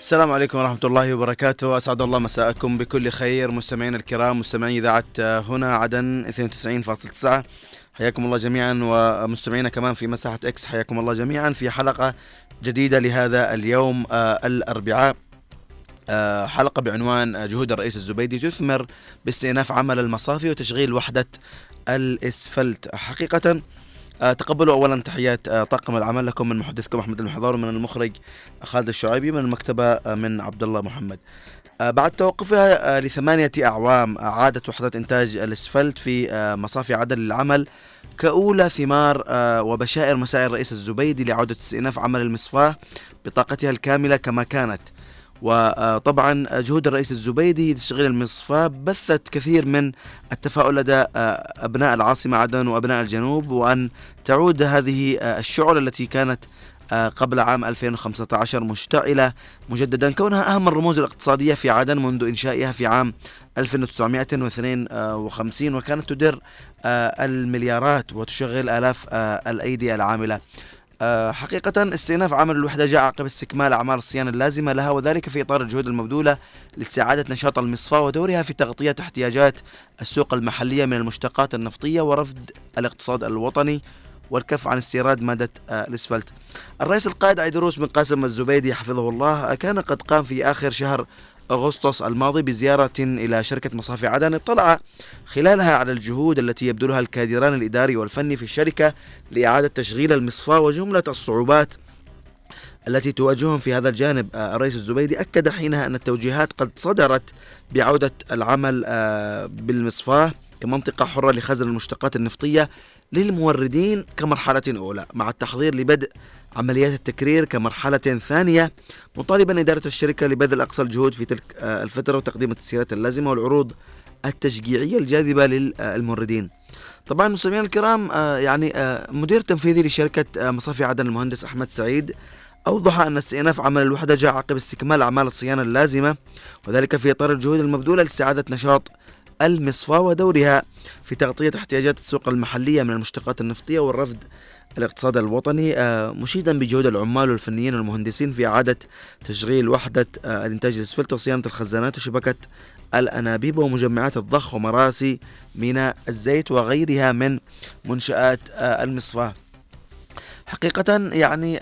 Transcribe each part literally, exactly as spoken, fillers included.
السلام عليكم ورحمة الله وبركاته. أسعد الله مساءكم بكل خير مستمعين الكرام، مستمعي إذاعة هنا عدن اثنين وتسعين فاصلة تسعة. حياكم الله جميعا، ومستمعينا كمان في مساحة إكس حياكم الله جميعا في حلقة جديدة لهذا اليوم آه الأربعاء. آه حلقة بعنوان جهود الرئيس الزبيدي تثمر باستئناف عمل المصافي وتشغيل وحدة الإسفلت. حقيقة أه تقبلوا أولا تحيات أه طاقم العمل لكم من محدثكم أحمد المحضار، ومن المخرج خالد الشعيبي، من المكتبة أه من عبد الله محمد. أه بعد توقفها أه لثمانية أعوام عادت وحدة إنتاج الإسفلت في أه مصافي عدن للعمل كأولى ثمار أه وبشائر مساعي الرئيس الزبيدي لعودة استئناف عمل المصفاة بطاقتها الكاملة كما كانت. وطبعا جهود الرئيس الزبيدي لتشغيل المصفاة بثت كثير من التفاؤل لدى أبناء العاصمة عدن وأبناء الجنوب، وأن تعود هذه الشعلة التي كانت قبل عام ألفين وخمسة عشر مشتعلة مجددا، كونها أهم الرموز الاقتصادية في عدن منذ إنشائها في عام ألف وتسعمائة واثنين وخمسين، وكانت تدر المليارات وتشغل آلاف الأيدي العاملة. حقيقة استئناف عمل الوحدة جاء عقب استكمال أعمال الصيانة اللازمة لها، وذلك في إطار الجهود المبذولة لاستعادة نشاط المصفاة ودورها في تغطية احتياجات السوق المحلية من المشتقات النفطية ورفض الاقتصاد الوطني والكف عن استيراد مادة الإسفلت. الرئيس القائد عيدروس بن قاسم الزبيدي حفظه الله كان قد قام في آخر شهر أغسطس الماضي بزيارة إلى شركة مصافي عدن، اطلع خلالها على الجهود التي يبذلها الكادران الإداري والفني في الشركة لإعادة تشغيل المصفاة وجملة الصعوبات التي تواجههم في هذا الجانب. الرئيس الزبيدي أكد حينها أن التوجيهات قد صدرت بعودة العمل بالمصفاة كمنطقة حرة لخزن المشتقات النفطية للموردين كمرحلة أولى، مع التحضير لبدء عمليات التكرير كمرحلة ثانية، مطالبا إدارة الشركة لبذل أقصى الجهود في تلك الفترة وتقديم التسهيلات اللازمة والعروض التشجيعية الجاذبة للموردين. طبعا مستمعينا الكرام، يعني مدير تنفيذي لشركة مصافي عدن المهندس أحمد سعيد أوضح أن استئناف عمل الوحدة جاء عقب استكمال أعمال الصيانة اللازمة، وذلك في إطار الجهود المبذولة لاستعادة نشاط المصفاة ودورها في تغطية احتياجات السوق المحلية من المشتقات النفطية والرفض الاقتصاد الوطني، مشيدا بجهود العمال والفنيين والمهندسين في إعادة تشغيل وحدة الإنتاج الإسفلت وصيانة الخزانات وشبكة الأنابيب ومجمعات الضخ ومراسي ميناء الزيت وغيرها من منشآت المصفاة. حقيقة يعني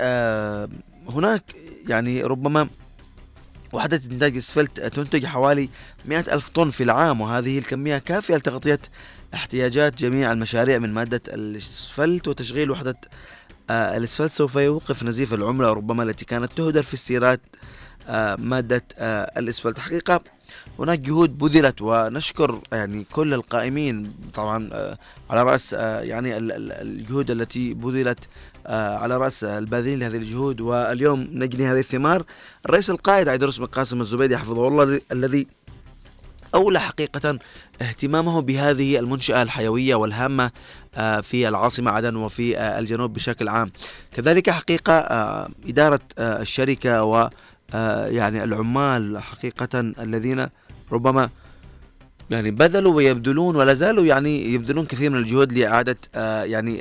هناك يعني ربما وحدة إنتاج الإسفلت تنتج حوالي مئة ألف طن في العام، وهذه الكمية كافية لتغطية احتياجات جميع المشاريع من مادة الإسفلت. وتشغيل وحدة آه الإسفلت سوف يوقف نزيف العملة ربما التي كانت تهدر في استيراد آه مادة آه الإسفلت. حقيقة هناك جهود بذلت، ونشكر يعني كل القائمين طبعا آه على رأس آه يعني الجهود التي بذلت آه على رأس الباذلين لهذه الجهود، واليوم نجني هذه الثمار. الرئيس القائد عيدروس بن قاسم الزبيدي حفظه الله الذي أولى حقيقة اهتمامه بهذه المنشأة الحيوية والهامة في العاصمة عدن وفي الجنوب بشكل عام. كذلك حقيقة إدارة الشركة و يعني العمال حقيقة الذين ربما يعني بذلوا ويبذلون ولا زالوا يعني يبذلون كثير من الجهود لإعادة يعني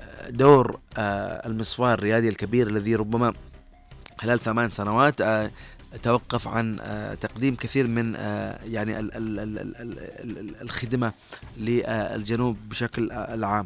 دور المصفاة الريادي الكبير الذي ربما خلال ثمان سنوات توقف عن تقديم كثير من يعني الخدمة للجنوب بشكل العام.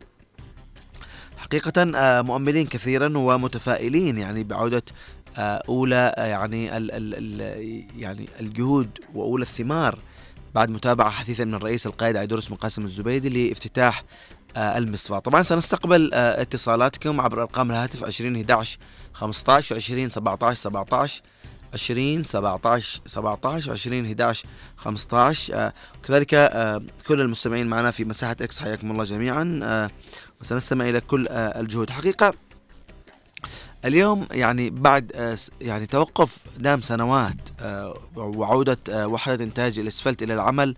حقيقة مؤملين كثيرا ومتفائلين يعني بعودة أولى يعني ال ال يعني الجهود وأولى الثمار بعد متابعة حثيثا من الرئيس القائد عيدروس بن قاسم الزبيدي لافتتاح المصفاة. طبعا سنستقبل اتصالاتكم عبر أرقام الهاتف عشرين أحد عشر خمسة عشر وعشرين سبعة عشر سبعة عشر عشرين سبعة عشر سبعة عشر عشرين أحد عشر خمسة عشر. كذلك كل المستمعين معنا في مساحة إكس حياكم الله جميعا، وسنستمع إلى كل الجهود. حقيقة اليوم يعني بعد يعني توقف دام سنوات وعودة وحدة إنتاج الإسفلت إلى العمل،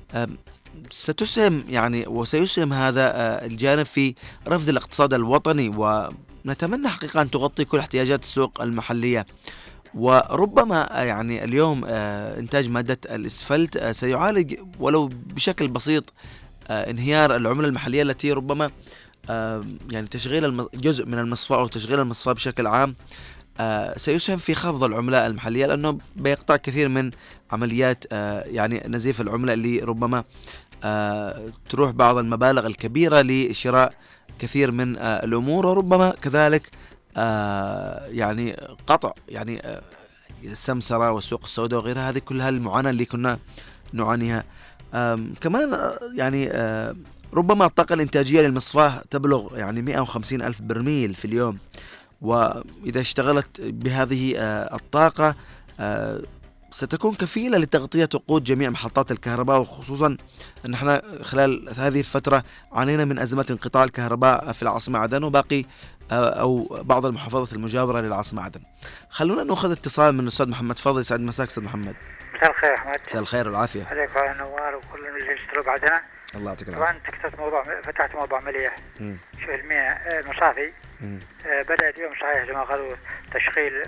ستسهم يعني وسيسهم هذا الجانب في رفض الاقتصاد الوطني، ونتمنى حقيقة أن تغطي كل احتياجات السوق المحلية. وربما يعني اليوم إنتاج مادة الإسفلت سيعالج ولو بشكل بسيط انهيار العملة المحلية التي ربما يعني تشغيل جزء من المصفاة أو تشغيل المصفاة بشكل عام آه سيسهم في خفض العملة المحلية، لأنه بيقطع كثير من عمليات آه يعني نزيف العملة اللي ربما آه تروح بعض المبالغ الكبيرة لشراء كثير من آه الأمور، وربما كذلك آه يعني قطع يعني آه السمسرة والسوق السوداء وغيرها. هذه كلها المعاناة اللي كنا نعانيها. كمان آه يعني آه ربما الطاقة الإنتاجية للمصفاة تبلغ يعني مئة وخمسين ألف برميل في اليوم، وإذا اشتغلت بهذه آه الطاقة آه ستكون كفيلة لتغطية وقود جميع محطات الكهرباء، وخصوصا أن احنا خلال هذه الفترة عانينا من أزمة انقطاع الكهرباء في العاصمة عدن وباقي أو بعض المحافظات المجاورة للعاصمة عدن. خلونا نأخذ اتصال من الأستاذ محمد فضل. يسعد مساك أستاذ محمد. مساء الخير أحمد. مساء الخير والعافية عليك وعلى نوار وكل اللي يشتغلوا بعدنا. الله يعطيك العافية. طبعا أنت فتحت موضوع فتحت موضوع مليح. شوف المياه المصافي آه بدأ اليوم صحيح زي ما قالوا تشغيل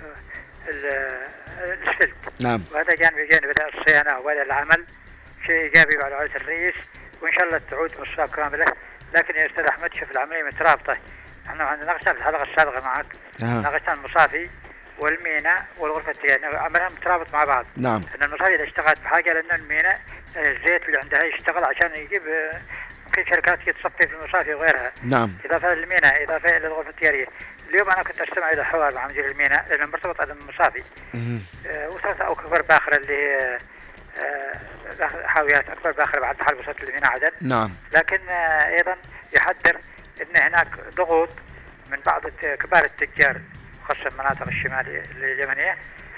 الاسفلت. نعم. وهذا جانب جانب بدأ الصيانة وبدأ العمل، شيء إيجابي بعد عودة الرئيس، وإن شاء الله تعود مصفاة كاملة. لكن يا أستاذ أحمد شوف العملية مترابطة. احنا ناقشنا في الحلقة السابقة معك أه. ناقشنا المصافي والميناء والغرفة التجارية عملها مترابط مع بعض. نعم. أن المصافي إذا اشتغلت بحاجة، لأن الميناء الزيت اللي عندها يشتغل عشان يجيب ممكن شركات تصفي في المصافي وغيرها. نعم. إضافة للميناء إضافة للغرفة التجارية. اليوم أنا كنت أستمع إلى حوار مع مدير الميناء لأنه مرتبط على المصافي. أه وصلت أو أكبر باخرة اللي هي أه حاويات أكبر باخرة بعد حرب وصلت للميناء عدن. نعم. لكن أه أيضا يحذر أن هناك ضغوط من بعض كبار التجار خاصة المناطق الشمالية اليمنية،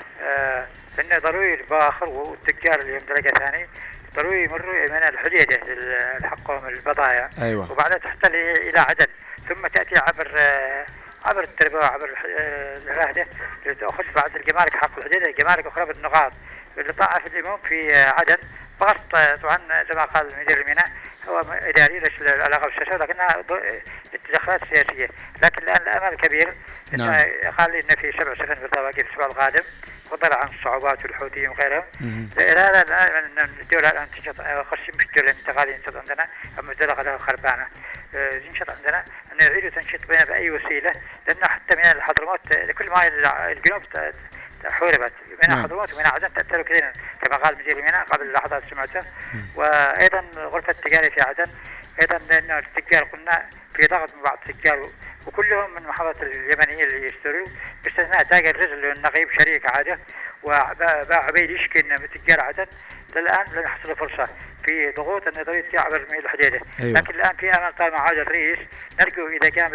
أه أنه ضروري الباخر والتجار اللي هم درجة ثانية ضروري يمروا من الحديدة لحقهم البضائع. أيوة. وبعدها تحتل إلى عدن ثم تأتي عبر أه عبر التربة وعبر الههدة لتأخذ بعد الجمارك حق الحديدة الجمارك أخرى بالنقاط اللي طاعة في اليوم في عدن. فقط طبعا زي ما قال مدير الميناء هو إداري ليس العلاقة بالسياسة لكنها اتجاهات سياسية. لكن الآن الأمل كبير إنه نعم. قال لي إن في سبع سفن بالطواقي في الأسبوع القادم، وطلع عن الصعوبات والحوثيين وغيرهم. هذا الدولة الآن تنشط خصي مش الدولة الانتقالية ينشط عندنا، أما الدولة قدها خربانة ينشط عندنا أن يعيدوا تنشيط بنا بأي وسيلة، لأنه حتى من الحضرموت كل ما الجنوب حوربت من الحضرموت ومن عدن تأثروا كثيرا كما قال مدير الميناء قبل لحظات سمعته. وأيضا غرفة التجارة في عدن أيضا لأنه التجار قلنا في ضغط من بعض التجار وكلهم من محافظة اليمنية اللي يشتروا باستثناء تاجر رزل النقيب شريك عادة وباع عبيد يشكي أن تجار عدن للآن لن يحصل فرصة في ضغوط أن ضروري تعبر من الحديدة. أيوة. لكن الآن في أمل طالما عاد الرئيس نرجو إذا كان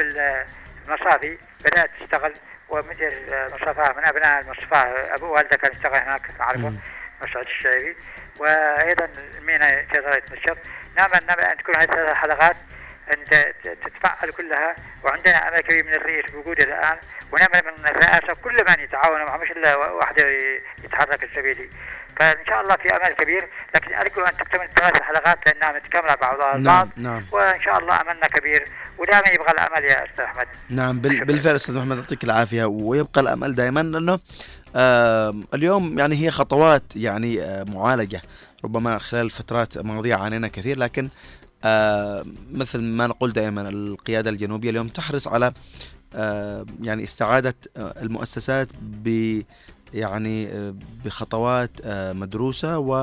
المصافي بدأت تشتغل ومدير المصفاة من أبناء المصفاة أبو والده كان يشتغل هناك نعرفه مسعد الشعبي، وأيضا الميناء تقدر تنشط. نأمل أن تكون هذه الحلقات أن تتفعل كلها، وعندنا أمل كبير من الرئيس بوجوده الآن، ونأمل من الرئاسة كل من يتعاون معه مش إلا واحد يتحرك السبيلي. فإن شاء الله في أمل كبير، لكن أرجو أن تكتمل ثلاث الحلقات لأنها متكاملة بعضها البعض. نعم. نعم. وإن شاء الله أملنا كبير ودائما يبغى الأمل يا أستاذ أحمد. نعم بالفعل أستاذ محمد يعطيك العافية، ويبقى الأمل دائما لأنه آه اليوم يعني هي خطوات يعني آه معالجة. ربما خلال الفترات الماضية عانينا كثير، لكن آه مثل ما نقول دائما القيادة الجنوبية اليوم تحرص على آه يعني استعادة آه المؤسسات ب يعني آه بخطوات آه مدروسة، و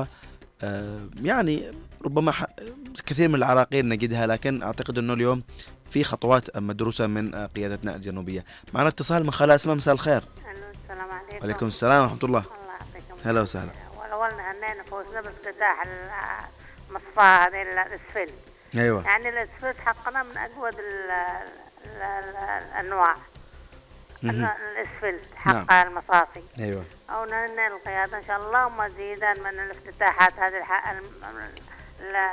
آه يعني ربما كثير من العراقيل نجدها، لكن أعتقد أنه اليوم في خطوات مدروسة من آه قيادتنا الجنوبية. معنا اتصال من خالة أسماء. مساء الخير. السلام عليكم. وعليكم السلام ورحمة الله. الله يعطيكم. هلا وسهلا. والله هنينا فوزنا بافتتاح المصفاة هذه الاسفلت. ايوه. يعني الاسفلت حقنا من اجود الانواع. الاسفلت حق نعم. المصافي. ايوه. او نهني القيادة ان شاء الله مزيدا من الافتتاحات هذه الح... لا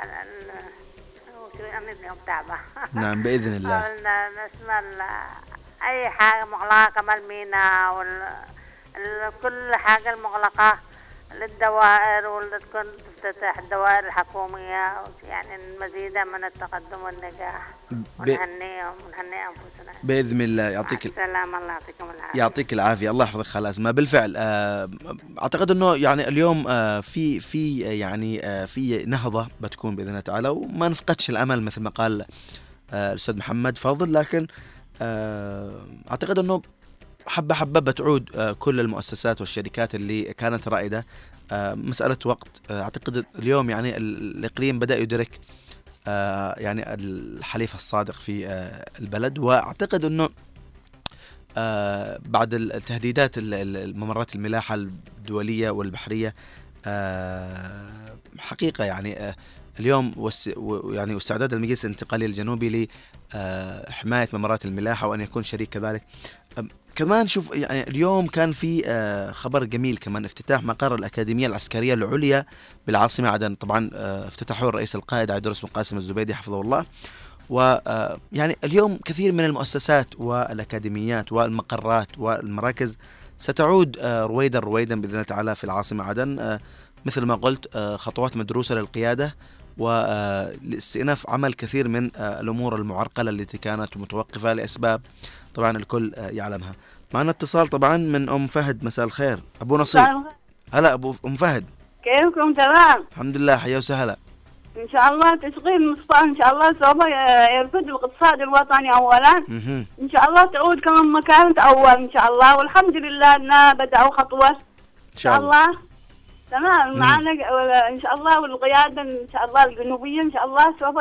نعم بإذن الله. نسمع أي حاجة مغلقة كما الميناء وال... كل حاجة المغلقة للدوائر وتكون تفتتح الدوائر الحكومية، يعني المزيد من التقدم والنجاح. ونهنيهم ونهني أنفسنا بإذن الله. يعطيك السلام. الله يعطيكم العافية. يعطيك العافية. الله يحفظك خالة أسماء. بالفعل أعتقد أنه يعني اليوم في في يعني في نهضة بتكون بإذن الله تعالى، وما نفقدش الأمل مثل ما قال الأستاذ محمد فاضل. لكن أعتقد أنه حبة حبة بتعود كل المؤسسات والشركات اللي كانت رائدة. مسألة وقت. أعتقد اليوم يعني الإقليم بدأ يدرك يعني الحليف الصادق في البلد، وأعتقد أنه بعد التهديدات الممرات الملاحة الدولية والبحرية حقيقة يعني اليوم يعني استعداد المجلس الانتقالي الجنوبي لحماية ممرات الملاحة وأن يكون شريك كذلك. كمان شوف يعني اليوم كان في خبر جميل كمان، افتتاح مقر الأكاديمية العسكرية العليا بالعاصمة عدن. طبعا افتتحه الرئيس القائد عيدروس بن قاسم الزبيدي حفظه الله. ويعني اليوم كثير من المؤسسات والأكاديميات والمقرات والمراكز ستعود رويدا رويدا بإذن الله تعالى في العاصمة عدن، مثل ما قلت خطوات مدروسة للقيادة ولاستئناف عمل كثير من الأمور المعرقلة التي كانت متوقفة لأسباب طبعا الكل يعلمها. معنا اتصال طبعا من أم فهد. مساء الخير أبو نصيب. هلا أبو أم فهد، كيفكم؟ تمام الحمد لله، حيا وسهلا. إن شاء الله تشغيل مصطفى إن شاء الله سوف يرفد الاقتصاد الوطني أولا. مه. إن شاء الله تعود كمان مكانة أول إن شاء الله، والحمد لله أنها بدأوا خطوة إن شاء الله. تمام معنا إن شاء الله، والقيادة إن شاء الله الجنوبية إن شاء الله سوف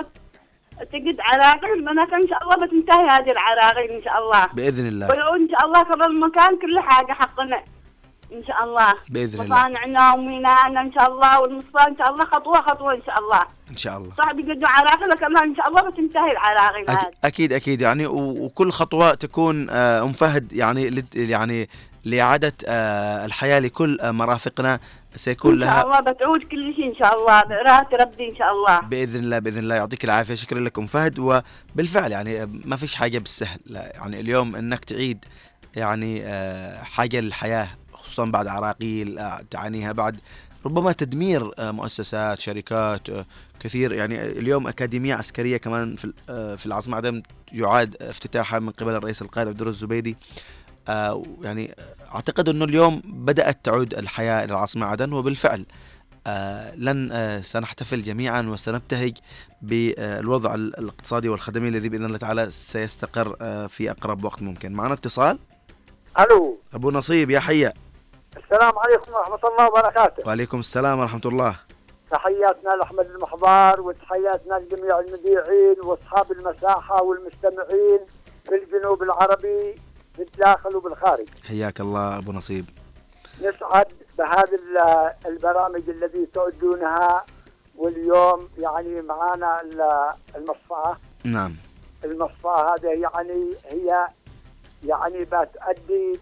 تجد عراقيل منك إن شاء الله، بتنتهي هذه العراقيل إن شاء الله بإذن الله. ويعود إن شاء الله كل المكان كل حاجة حقنا إن شاء الله بإذن الله. مصانعنا وميناءنا إن شاء الله والمصفى إن شاء الله خطوة خطوة إن شاء الله. إن شاء الله. صعب يقدوا عراقيل كمان إن شاء الله بتنتهي العراقيل هذه. أكيد أكيد يعني، وكل خطوة تكون أم فهد يعني يعني لإعادة الحياة لكل مرافقنا سيكون لها إن شاء الله بتعود كل شيء إن شاء الله برات ربي إن شاء الله. بإذن الله بإذن الله. يعطيك العافية. شكرا لكم فهد. وبالفعل يعني ما فيش حاجة بالسهل، يعني اليوم إنك تعيد يعني حاجة للحياة خصوصا بعد عراقيل تعانيها، بعد ربما تدمير مؤسسات شركات كثير. يعني اليوم أكاديمية عسكرية كمان في في العاصمة عدن يعاد افتتاحها من قبل الرئيس القائد عيدروس الزبيدي. آه يعني أعتقد أنه اليوم بدأت تعود الحياة إلى العاصمة عدن، وبالفعل آه لن آه سنحتفل جميعا وسنبتهج بالوضع الاقتصادي والخدمي الذي بإذن الله تعالى سيستقر آه في أقرب وقت ممكن. معنا اتصال. ألو أبو نصيب، يا حيا. السلام عليكم ورحمة الله وبركاته. وعليكم السلام ورحمة الله. تحياتنا لأحمد المحضار وتحياتنا لجميع المذيعين وأصحاب المساحة والمستمعين في الجنوب العربي في الداخل وبالخارج. حياك الله أبو نصيب. نسعد بهذه البرامج التي تعدونها، واليوم يعني معانا المصفاة. نعم. المصفاة هذه يعني هي يعني بتؤدي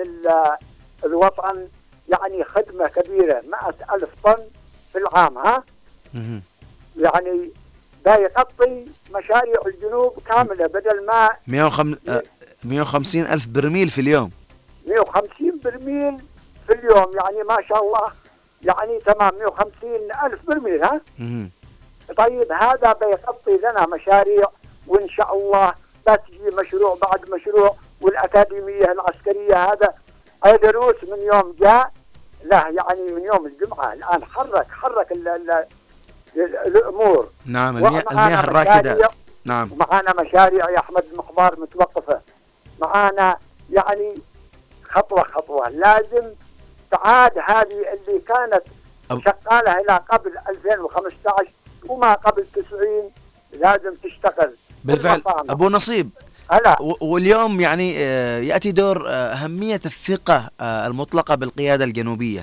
للوطن يعني خدمة كبيرة، مئة ألف طن في العام. ها مه. يعني ده يغطي مشاريع الجنوب كاملة، بدل ما مئة وخمسين ألف برميل في اليوم. مئة وخمسين برميل في اليوم يعني ما شاء الله، يعني تمام مئة وخمسين ألف برميل. ها مه. طيب هذا بيغطي لنا مشاريع، وإن شاء الله بتجي مشروع بعد مشروع. والأكاديمية العسكرية هذا عيدروس من يوم جاء له يعني من يوم الجمعة الآن حرك حرك ال ال الأمور. نعم المياه الراكدة. نعم. ومعانا مشاريع يا أحمد المخبار متوقفة معانا، يعني خطوة خطوة لازم تعاد هذه اللي كانت أب... شغالة إلى قبل ألفين وخمسة عشر وما قبل تسعين لازم تشتغل بالفعل. أبو نصيب، هلا واليوم يعني يأتي دور أهمية الثقة المطلقة بالقيادة الجنوبية.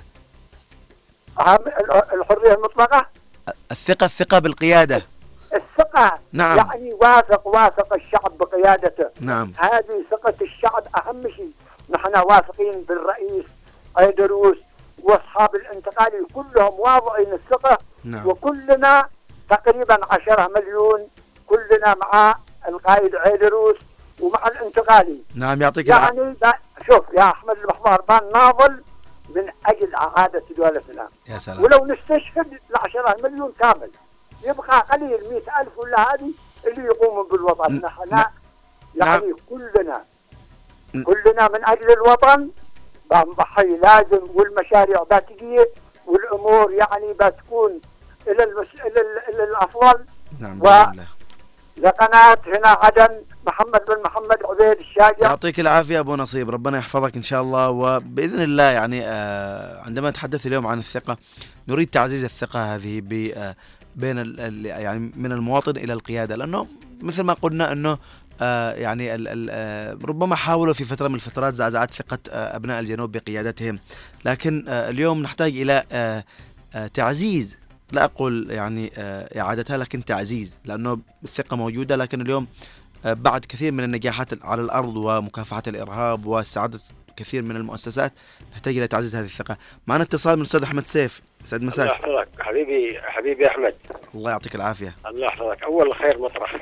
الحرية المطلقة، الثقة الثقة بالقيادة، الثقة. نعم. يعني واثق واثق الشعب بقيادته. نعم. هذه ثقة الشعب أهم شيء. نحن واثقين بالرئيس عيدروس وأصحاب الانتقالي كلهم واضعين الثقة. نعم. وكلنا تقريبا عشرة مليون كلنا مع القائد عيدروس ومع الانتقالي. نعم يعطيك يعني الع... شوف يا أحمد المحضار بان ناضل من أجل إعادة دولتنا. يا سلام. ولو نستشهد العشرة مليون كامل يبقى قليل مئة ألف ولا هذه اللي يقوموا بالوطن. ن... نحن ن... يعني نعم. كلنا ن... كلنا من أجل الوطن بنضحي لازم، والمشاريع بتجي والأمور يعني بتكون إلى المس... إلى, ال... إلى الأفضل. نعم. و... لقناة هنا عدن محمد بن محمد عبيد الشاجع. يعطيك العافية أبو نصيب، ربنا يحفظك إن شاء الله. وبإذن الله يعني آه عندما نتحدث اليوم عن الثقة نريد تعزيز الثقة هذه بين ال يعني من المواطن إلى القيادة، لأنه مثل ما قلنا أنه آه يعني ال ال آه ربما حاولوا في فترة من الفترات زعزعة ثقة آه أبناء الجنوب بقيادتهم، لكن آه اليوم نحتاج إلى آه آه تعزيز، لا أقول يعني آه إعادتها لكن تعزيز، لأنه الثقة موجودة، لكن اليوم آه بعد كثير من النجاحات على الأرض ومكافحة الإرهاب واستعادة كثير من المؤسسات نحتاج إلى تعزيز هذه الثقة. معنا اتصال من الأستاذ أحمد سيف. سعد مساك. الله يحفظك حبيبي حبيبي أحمد. الله يعطيك العافية. الله يحفظك. أول الخير مطرح.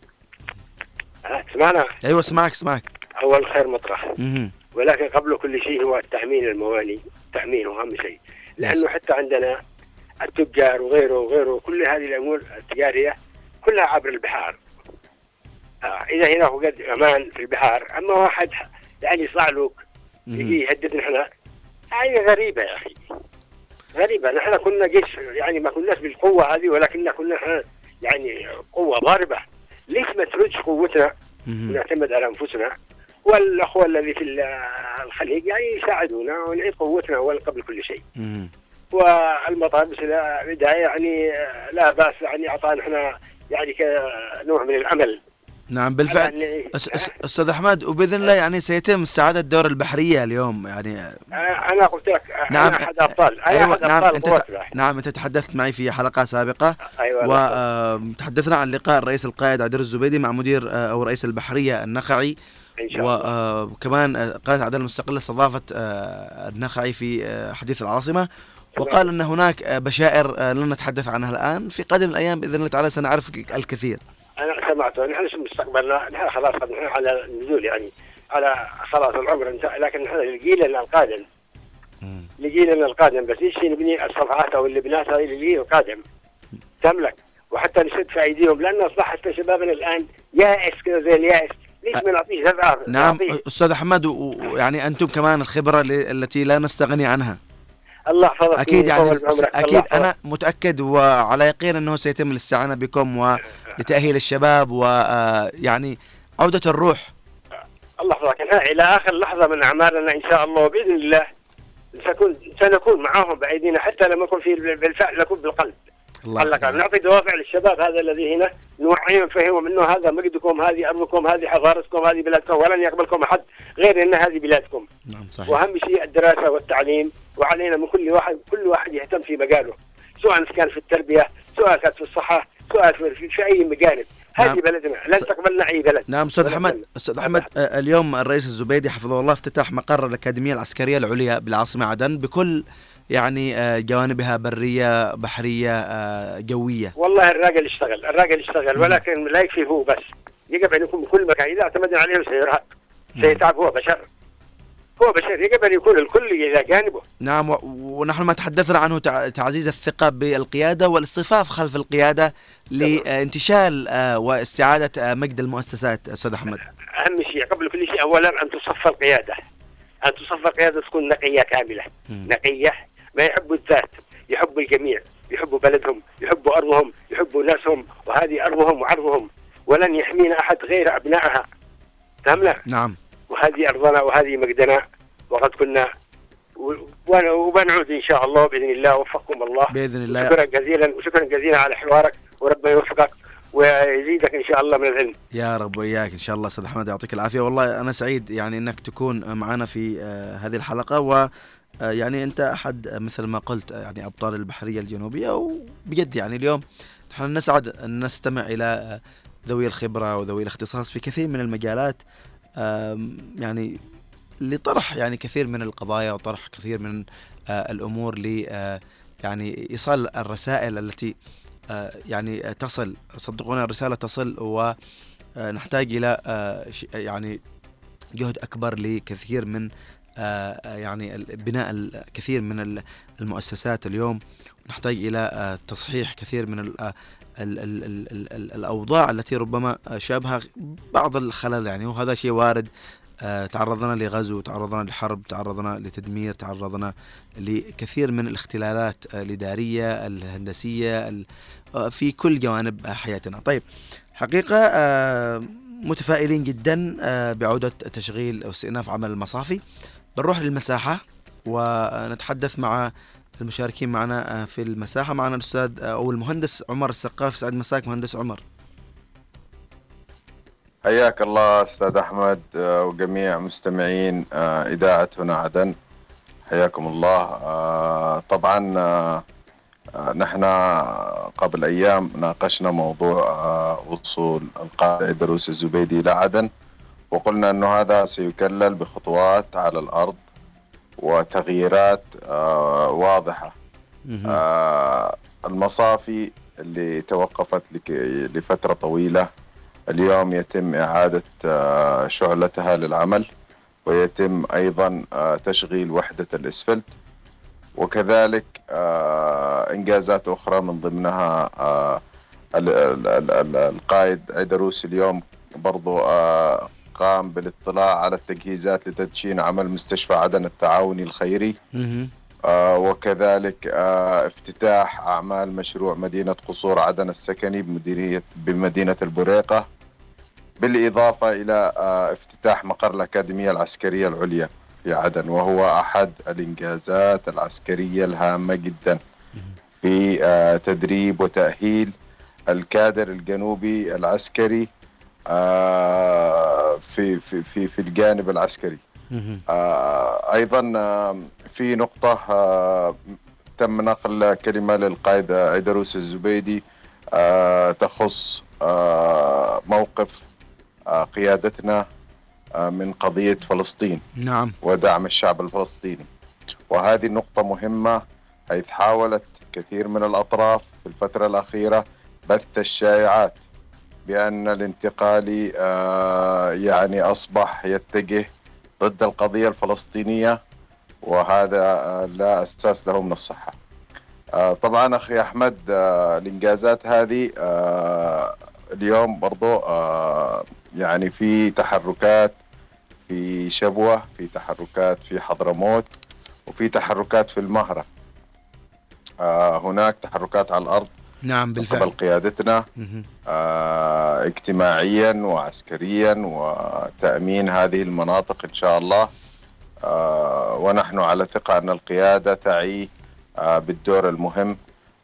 سمعنا؟ أيوة اسمعك اسمعك. أول الخير مطرح. مه. ولكن قبل كل شيء هو التأمين المواني، تأمينه أهم شيء، لأنه حتى عندنا التجار وغيره وغيره كل هذه الأمور التجارية كلها عبر البحار. آه إذا هنا وجد أمان في البحار، أما واحد يعني صعلوك يجي يهددنا احنا، هاي غريبة يا أخي، غريبة. نحن كنا جيش يعني ما كناش بالقوة هذه، ولكننا كنا احنا يعني قوة ضاربة. ليش ما تردش قوتنا ونعتمد على أنفسنا، والأخوة الذي في الخليج يعني يساعدونا ونعيد قوتنا أول قبل كل شيء. والمطابس بداية يعني لا بأس يعني أعطانا احنا يعني كنوع من الأمل. نعم بالفعل أستاذ أحمد، وبإذن الله يعني سيتم استعادة دور البحرية اليوم. يعني أنا قلت لك نعم أنا أحد أبطال. أيوة أحد نعم أبطال أنت نعم أنت تحدثت معي في حلقة سابقة. أيوة وتحدثنا عن لقاء الرئيس القائد عدير الزبيدي مع مدير أو رئيس البحرية النخعي، وكمان قناة عدن المستقلة استضافت النخعي في حديث العاصمة، وقال أن هناك بشائر لن نتحدث عنها الآن، في قادم الأيام بإذن الله تعالى سنعرف الكثير. أنا سمعته. نحن شو مستقبلنا، نحن خلاص نحن على النزول يعني على خلاص العمر انتهى، لكن نحن لجيلنا القادم لجيلنا القادم بس ايش نبني الصفحات او اللي بناتها للجيل القادم تملك، وحتى نشد في ايديهم، لان اصبح حتى شبابنا الان يائس كذا زي اليائس. ليش ما نعطيه زرعه؟ نعم استاذ احمد، ويعني انتم كمان الخبره التي لا نستغني عنها. الله يحفظك. اكيد يعني اكيد انا متاكد وعلى يقين انه سيتم الاستعانه بكم ولتاهيل الشباب ويعني عوده الروح. الله يحفظك. الى اخر لحظه من اعمالنا ان شاء الله باذن الله سنكون سنكون معهم بايدينا، حتى لما يكون في بالفعل نكون بالقلب. الله نعطي دوافع للشباب هذا الذي هنا، نوعيهم نفهمهم انه هذا مجدكم، هذه ارضكم، هذه حضارتكم، هذه بلادكم، ولن يقبلكم احد غير ان هذه بلادكم. نعم صحيح. واهم شيء الدراسه والتعليم، وعلينا من كل واحد كل واحد يهتم في مجاله، سواء كان في التربيه، سواء كانت في الصحه، سواء في, في اي مجانب. هذه نعم. بلدنا لن تقبلنا اي بلد. نعم استاذ احمد. استاذ احمد اليوم الرئيس الزبيدي حفظه الله افتتح مقر الاكاديميه العسكريه العليا بالعاصمه عدن بكل يعني جوانبها بريه بحريه جويه. والله الراجل اشتغل الراجل اشتغل ولكن لا يكفي هو بس، يجب ان يكون بكل مكان. اذا اعتمدنا عليه سيرهق سيتعب، هو بشر هو بشر يجب ان يكون الكل الى جانبه. نعم ونحن ما تحدثنا عنه تعزيز الثقه بالقياده والاصطفاف خلف القياده لانتشال واستعاده مجد المؤسسات. استاذ احمد اهم شيء قبل كل شيء اولا ان تصفى القياده، ان تصفى القياده تكون نقيه كامله. م. نقيه ما يحبوا الذات، يحبوا الجميع، يحبوا بلدهم، يحبوا ارضهم، يحبوا ناسهم، وهذه ارضهم وعرضهم، ولن يحمينا احد غير ابنائها. فهمنا؟ نعم. وهذه ارضنا وهذه مجدنا، وقد كنا وبنعود ان شاء الله باذن الله. وفقكم الله باذن الله. شكرا جزيلا وشكرا جزيلا على حوارك، وربنا يوفقك ويزيدك ان شاء الله من العلم. يا رب وإياك ان شاء الله. استاذ احمد يعطيك العافيه، والله انا سعيد يعني انك تكون معنا في آه هذه الحلقه، و آه يعني انت احد مثل ما قلت يعني ابطال البحريه الجنوبيه، وبجد يعني اليوم نحن نسعد ان نستمع الى ذوي الخبره وذوي الاختصاص في كثير من المجالات، آه يعني لطرح يعني كثير من القضايا وطرح كثير من آه الامور ل آه يعني ايصال الرسائل التي آه يعني تصل. صدقونا الرسالة تصل، ونحتاج إلى آه يعني جهد أكبر لكثير من آه يعني بناء الكثير من المؤسسات اليوم. نحتاج إلى آه تصحيح كثير من ال ال ال ال ال ال الأوضاع التي ربما شابها بعض الخلل يعني، وهذا شيء وارد. آه تعرضنا لغزو، تعرضنا لحرب، تعرضنا لتدمير، تعرضنا لكثير من الاختلالات آه الإدارية الهندسية آه في كل جوانب حياتنا. طيب حقيقة آه متفائلين جدا بعودة تشغيل أو استئناف عمل المصافي. بنروح للمساحة ونتحدث مع المشاركين معنا في المساحة. معنا الأستاذ أو المهندس عمر السقاف. سعد مساك مهندس عمر. حياك الله أستاذ أحمد وجميع مستمعين إذاعة هنا عدن، حياكم الله. طبعا نحن قبل أيام ناقشنا موضوع وصول القائد عيدروس الزبيدي إلى عدن، وقلنا أنه هذا سيكلل بخطوات على الأرض وتغييرات واضحة. المصافي اللي توقفت لفترة طويلة اليوم يتم إعادة شعلتها للعمل، ويتم أيضا تشغيل وحدة الإسفلت، وكذلك إنجازات أخرى من ضمنها القائد عيدروس اليوم برضو قام بالاطلاع على التجهيزات لتدشين عمل مستشفى عدن التعاوني الخيري، وكذلك افتتاح أعمال مشروع مدينة قصور عدن السكني بمديرية بمدينة البريقة، بالإضافة إلى افتتاح مقر الأكاديمية العسكرية العليا في عدن، وهو أحد الإنجازات العسكرية الهامة جدا في تدريب وتأهيل الكادر الجنوبي العسكري في في في في الجانب العسكري. أيضا في نقطة تم نقل كلمة للقائد عيدروس الزبيدي تخص موقف قيادتنا من قضية فلسطين. نعم. ودعم الشعب الفلسطيني، وهذه النقطة مهمة، حيث حاولت كثير من الأطراف في الفترة الأخيرة بث الشائعات بأن الانتقالي يعني أصبح يتجه ضد القضية الفلسطينية، وهذا لا أساس له من الصحة. طبعا أخي أحمد، الإنجازات هذه اليوم برضو يعني في تحركات في شبوة، في تحركات في حضرموت، وفي تحركات في المهرة. هناك تحركات على الأرض. نعم بالفعل. قبل قيادتنا آه اجتماعيا وعسكريا وتأمين هذه المناطق إن شاء الله. آه ونحن على ثقة أن القيادة تعي آه بالدور المهم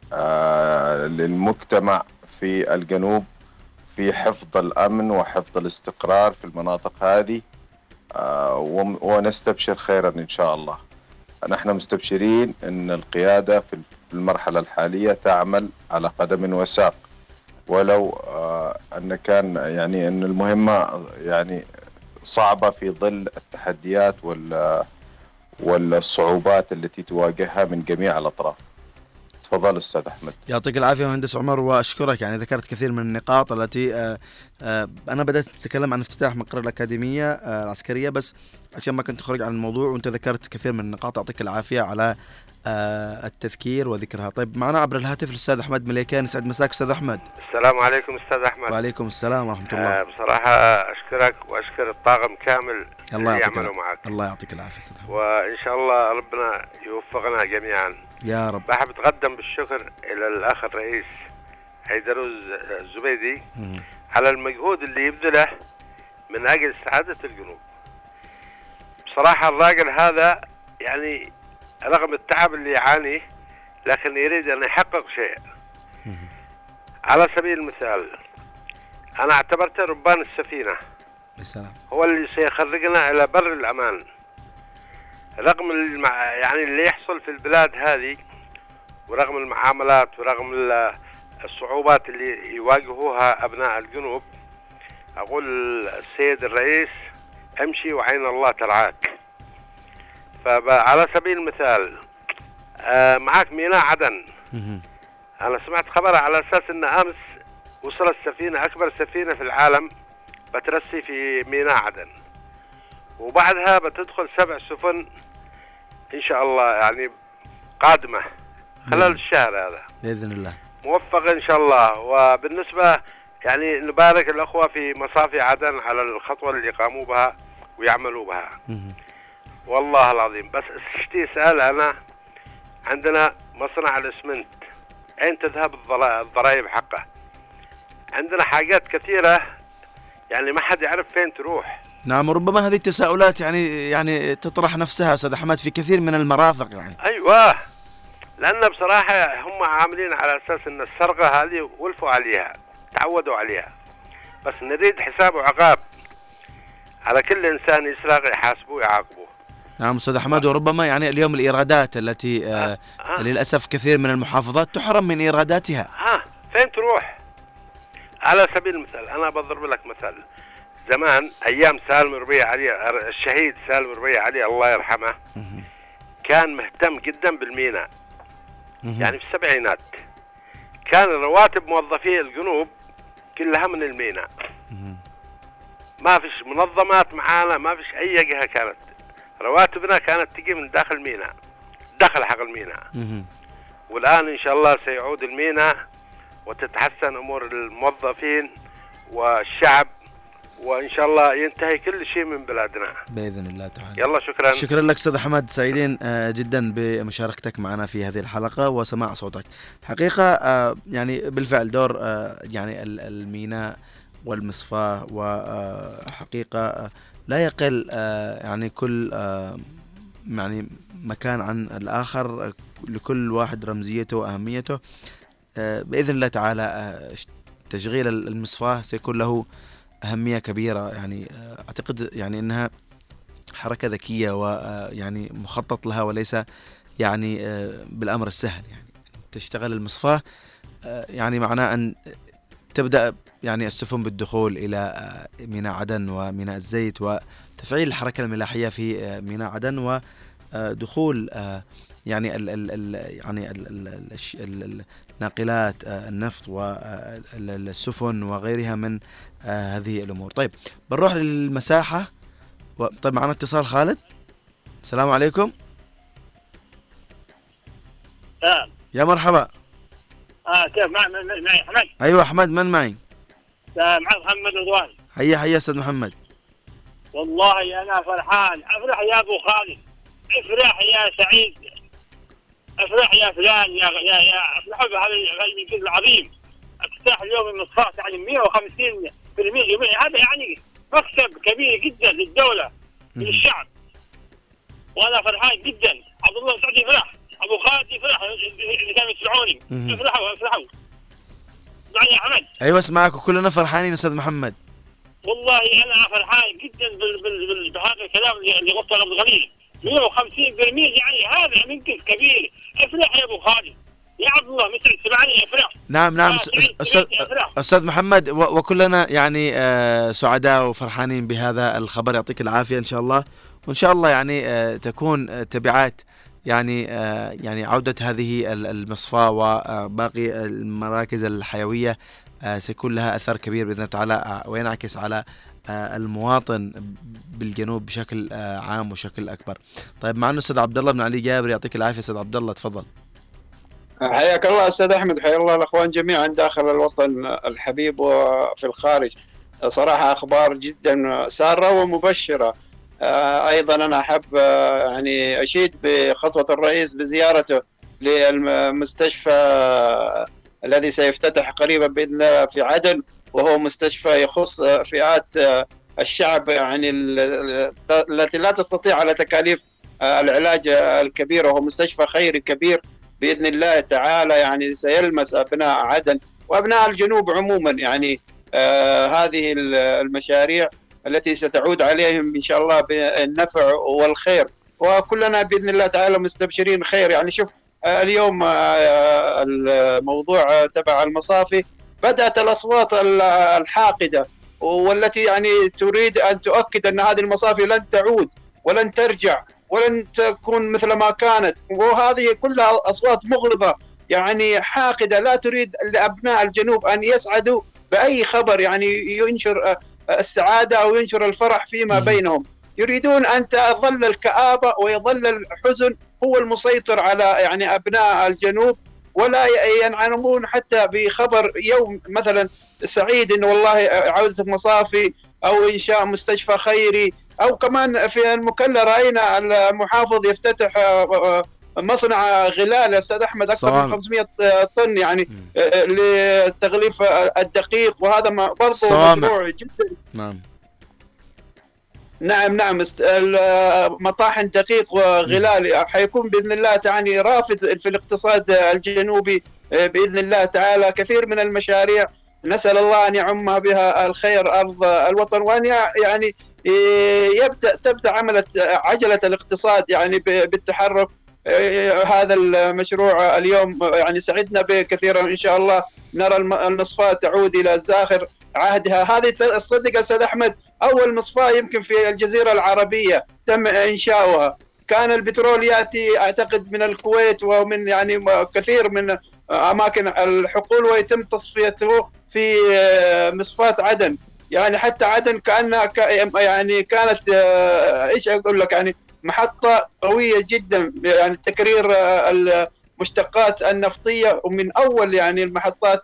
آه للمجتمع في الجنوب في حفظ الأمن وحفظ الاستقرار في المناطق هذه، آه ونستبشر خيرا إن شاء الله. نحن مستبشرين أن القيادة في المرحلة الحالية تعمل على قدم وساق، ولو آه أن كان يعني أن المهمة يعني صعبة في ظل التحديات وال والصعوبات التي تواجهها من جميع الأطراف. تفضل أستاذ أحمد. يعطيك العافية مهندس عمر، وأشكرك. يعني ذكرت كثير من النقاط التي آآ آآ أنا بدأت أتكلم عن افتتاح مقر الأكاديمية العسكرية بس عشان ما كنت أخرج عن الموضوع، وأنت ذكرت كثير من النقاط. يعطيك العافية على التذكير وذكرها. طيب معنا عبر الهاتف الأستاذ أحمد مليكان. سعد مساك أستاذ أحمد. السلام عليكم أستاذ أحمد. وعليكم السلام ورحمة الله. آه بصراحة أشكرك وأشكر الطاقم كامل الله اللي يعطيك يعملوا معك. الله يعطيك العافية أستاذ أحمد، وإن شاء الله ربنا يوفقنا جميعا يا رب. بحب أتقدم بالشكر إلى الأخ الرئيس عيدروس الزبيدي م- على المجهود اللي يبذله من أجل سعادة الجنوب. بصراحة الراجل هذا يعني رغم التعب اللي يعانيه لكن يريد أن يحقق شيء. م- على سبيل المثال أنا اعتبرته ربان السفينة، السلام. هو اللي سيخرجنا إلى بر الأمان رغم المع... يعني اللي يحصل في البلاد هذه، ورغم المعاملات ورغم الصعوبات اللي يواجهوها أبناء الجنوب. أقول السيد الرئيس امشي وعين الله ترعاك. فعلى سبيل المثال معك ميناء عدن، أنا سمعت خبر على أساس أن أمس وصلت سفينة أكبر سفينة في العالم بترسي في ميناء عدن، وبعدها بتدخل سبع سفن إن شاء الله يعني قادمة خلال الشهر هذا بإذن الله، موفق إن شاء الله. وبالنسبة يعني نبارك الأخوة في مصافي عدن على الخطوة اللي قاموا بها ويعملوا بها. والله العظيم. بس اشتي سأل أنا، عندنا مصنع الإسمنت أين تذهب الضرائب حقه؟ عندنا حاجات كثيرة يعني ما حد يعرف فين تروح. نعم، وربما هذه التساؤلات يعني يعني تطرح نفسها أستاذ أحمد في كثير من المرافق يعني. أيوة، لأن بصراحة هم عاملين على أساس أن السرقة هذه ولفوا عليها، تعودوا عليها، بس نريد حساب وعقاب على كل إنسان يسرق، يحاسبوه ويعاقبوه. نعم أستاذ أحمد، وربما يعني اليوم الإيرادات التي آه آه. للأسف كثير من المحافظات تحرم من إيراداتها. ها فين تروح؟ على سبيل المثال أنا بضرب لك مثال، زمان أيام سالم ربيع علي، الشهيد سالم ربيع علي الله يرحمه، كان مهتم جدا بالميناء. يعني في السبعينات كان رواتب موظفي الجنوب كلها من الميناء، ما فيش منظمات معانا، ما فيش أي جهة، كانت رواتبنا كانت تجي من داخل الميناء، دخل حق الميناء. والآن إن شاء الله سيعود الميناء وتتحسن أمور الموظفين والشعب، وإن شاء الله ينتهي كل شيء من بلادنا بإذن الله تعالى. يلا شكرا. شكرا لك أستاذ أحمد، سعيدين جدا بمشاركتك معنا في هذه الحلقة وسماع صوتك. حقيقة يعني بالفعل دور يعني الميناء والمصفاة وحقيقة لا يقل يعني كل يعني مكان عن الآخر، لكل واحد رمزيته وأهميته. بإذن الله تعالى تشغيل المصفاة سيكون له أهمية كبيرة، يعني أعتقد يعني أنها حركة ذكية ويعني مخطط لها، وليس يعني بالأمر السهل. يعني تشتغل المصفاة يعني معناه أن تبدأ يعني السفن بالدخول إلى ميناء عدن وميناء الزيت، وتفعيل الحركة الملاحية في ميناء عدن، ودخول يعني ال ال ال يعني ال ال ال ناقلات النفط والسفن وغيرها من هذه الأمور. طيب بنروح للمساحة. طيب معنا اتصال خالد. السلام عليكم. آه. يا مرحبا. اه كيف معي معي أحمد؟ أيوة أحمد، من معي؟ مع محمد رضوان. حيا حيا أستاذ محمد. والله أنا فرحان، أفرح يا أبو خالد، افرح يا سعيد، افرح يا فلان، يا يا يا افرحوا بهذا الانجاز العظيم. افتتاح اليوم المصفاة يعني مئة وخمسين بالمئة يوميا، هذا يعني مكسب كبير جدا للدولة وللشعب، وانا فرحان جدا. عبد الله سعد يفرح، ابو خالد يفرح اللي كانوا يسمعوني، افرحوا افرحوا معي يا احمد. ايوه اسمعك وكلنا فرحانين استاذ محمد. والله انا فرحان جدا بهذا الكلام اللي قلته عبد الغني، مئة وخمسين بالمئة يعني هذا منجز كبير. افرح يا ابو خالد، يا عبد الله مثل سمعني افرح. نعم نعم استاذ استاذ محمد، وكلنا يعني سعداء وفرحانين بهذا الخبر، يعطيك العافيه ان شاء الله، وان شاء الله يعني تكون تبعات يعني يعني عوده هذه المصفاة وباقي المراكز الحيويه سيكون لها اثر كبير باذن الله تعالى، وينعكس على المواطن بالجنوب بشكل عام وشكل اكبر. طيب معنا استاذ عبد الله بن علي جابر، يعطيك العافيه استاذ عبد الله، تفضل. حياك الله استاذ احمد، حيا الله الاخوان جميعا داخل الوطن الحبيب وفي الخارج. صراحه اخبار جدا ساره ومبشره. ايضا انا احب يعني اشيد بخطوه الرئيس بزيارته للمستشفى الذي سيفتتح قريبا باذن الله في عدن، وهو مستشفى يخص فئات الشعب يعني التي لا تستطيع على تكاليف العلاج الكبير، وهو مستشفى خيري كبير بإذن الله تعالى، يعني سيلمس أبناء عدن وأبناء الجنوب عموما. يعني آه هذه المشاريع التي ستعود عليهم إن شاء الله بالنفع والخير، وكلنا بإذن الله تعالى مستبشرين خير. يعني شوف آه اليوم آه الموضوع تبع المصافي، بدأت الأصوات الحاقدة والتي يعني تريد أن تؤكد أن هذه المصافي لن تعود ولن ترجع ولن تكون مثل ما كانت، وهذه كلها أصوات مغرضة يعني حاقدة، لا تريد لأبناء الجنوب أن يسعدوا بأي خبر يعني ينشر السعادة أو ينشر الفرح فيما بينهم. يريدون أن تظل الكآبة ويظل الحزن هو المسيطر على يعني أبناء الجنوب، ولا ينعمون حتى بخبر يوم مثلا سعيد إن والله عودة المصافي أو إنشاء مستشفى خيري، أو كمان في المكلا رأينا المحافظ يفتتح مصنع غلال أستاذ أحمد أكثر من خمسمئة طن يعني لتغليف الدقيق، وهذا برضه مشروع جدا نعم نعم نعم مطاحن دقيق وغلال حيكون بإذن الله تعالى رافد في الاقتصاد الجنوبي بإذن الله تعالى. كثير من المشاريع نسأل الله أن يعم بها الخير أرض الوطن، وأن يعني يبدأ تبدأ عملة عجلة الاقتصاد يعني بالتحرك. هذا المشروع اليوم يعني سعدنا به كثيرا، إن شاء الله نرى المصفاة تعود إلى زاخر عهدها. هذه الصدق أستاذ أحمد أول مصفاة يمكن في الجزيرة العربية تم إنشاؤها. كان البترول يأتي أعتقد من الكويت ومن يعني كثير من أماكن الحقول، ويتم تصفيته في مصفاة عدن. يعني حتى عدن كأنها يعني كانت إيش أقول لك يعني محطة قوية جدا يعني تكرير المشتقات النفطية، ومن أول يعني المحطات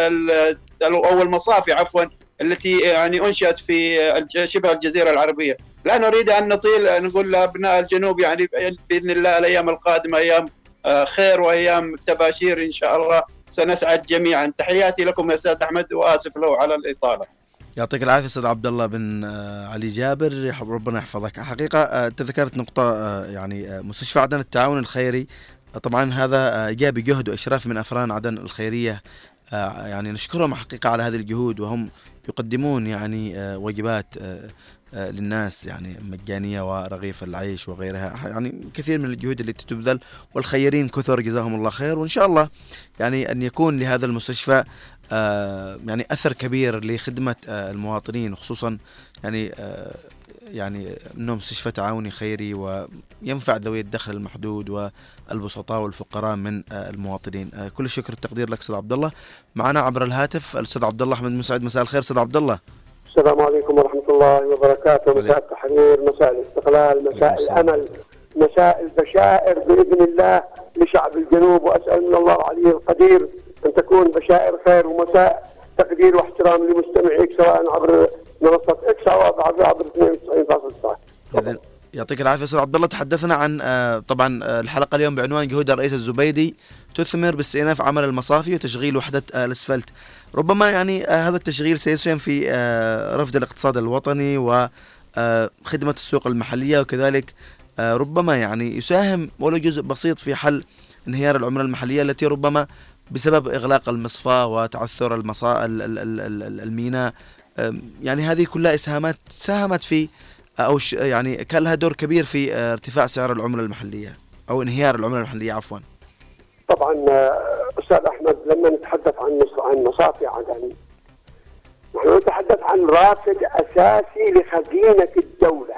أو المصافي عفوا التي يعني أنشأت في شبه الجزيرة العربية. لا نريد أن نطيل، نقول لأبناء الجنوب يعني بإذن الله الأيام القادمة أيام خير وأيام تباشير إن شاء الله سنسعد جميعا. تحياتي لكم يا أستاذ أحمد، وآسف له على الإطالة. يعطيك العافية أستاذ عبد الله بن علي جابر، ربنا يحفظك. حقيقة تذكرت نقطة يعني مستشفى عدن التعاون الخيري، طبعا هذا جاء بجهد وإشراف من أفران عدن الخيرية، يعني نشكرهم حقيقة على هذه الجهود، وهم يقدمون يعني واجبات للناس يعني مجانية ورغيف العيش وغيرها. يعني كثير من الجهود التي تبذل، والخيرين كثر جزاهم الله خير. وإن شاء الله يعني أن يكون لهذا المستشفى يعني أثر كبير لخدمة المواطنين، خصوصا يعني يعني أنه مستشفى تعاوني خيري وينفع ذوي الدخل المحدود والبسطاء والفقراء من المواطنين. كل الشكر والتقدير لك أستاذ عبد الله. معنا عبر الهاتف الأستاذ عبد الله أحمد مسعد. مساء الخير أستاذ عبد الله. السلام عليكم ورحمة الله وبركاته. مساء التحرير، مساء الاستقلال، مساء الأمل، مساء البشائر بإذن الله لشعب الجنوب. وأسأل من الله العلي القدير أن تكون بشائر خير ومساء تقدير واحترام لمستمعيك، سواء عبر منصة إكس أو عبر اثنين وتسعين فاصلة تسعة. إذن يعطيك العافية أستاذ عبد الله. تحدثنا عن طبعا الحلقة اليوم بعنوان جهود الرئيس الزبيدي تثمر باستئناف عمل المصافي وتشغيل وحدة الأسفلت. ربما يعني هذا التشغيل سيسهم في رفد الاقتصاد الوطني وخدمة السوق المحلية، وكذلك ربما يعني يساهم ولو جزء بسيط في حل انهيار العملة المحلية التي ربما بسبب إغلاق المصفاة وتعثر المصا الميناء، يعني هذه كلها إسهامات ساهمت في أو يعني كان لها دور كبير في ارتفاع سعر العملة المحلية أو انهيار العملة المحلية عفوا. طبعا أستاذ أحمد، لما نتحدث عن عن مصافي عدن نحن نتحدث عن رافد أساسي لخزينة الدولة.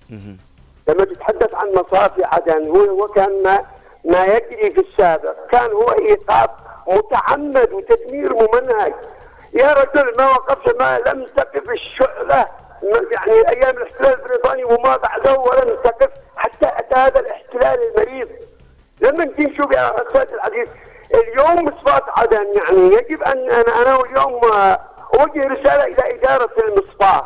لما تتحدث عن مصافي عدن هو وكان ما, ما يجري في السابق كان هو إيقاف متعمد وتدمير ممنهج. يا رجل ما وقفش، ما لم تقف الشعلة يعني أيام الاحتلال البريطاني وما بعده، ولم تقف حتى أتى هذا الاحتلال المريض. لما نجي نشوف يا أستاذ العزيز اليوم مصفاة عدن، يعني يجب أن أنا أنا اليوم أوجه رسالة إلى إدارة المصفاة.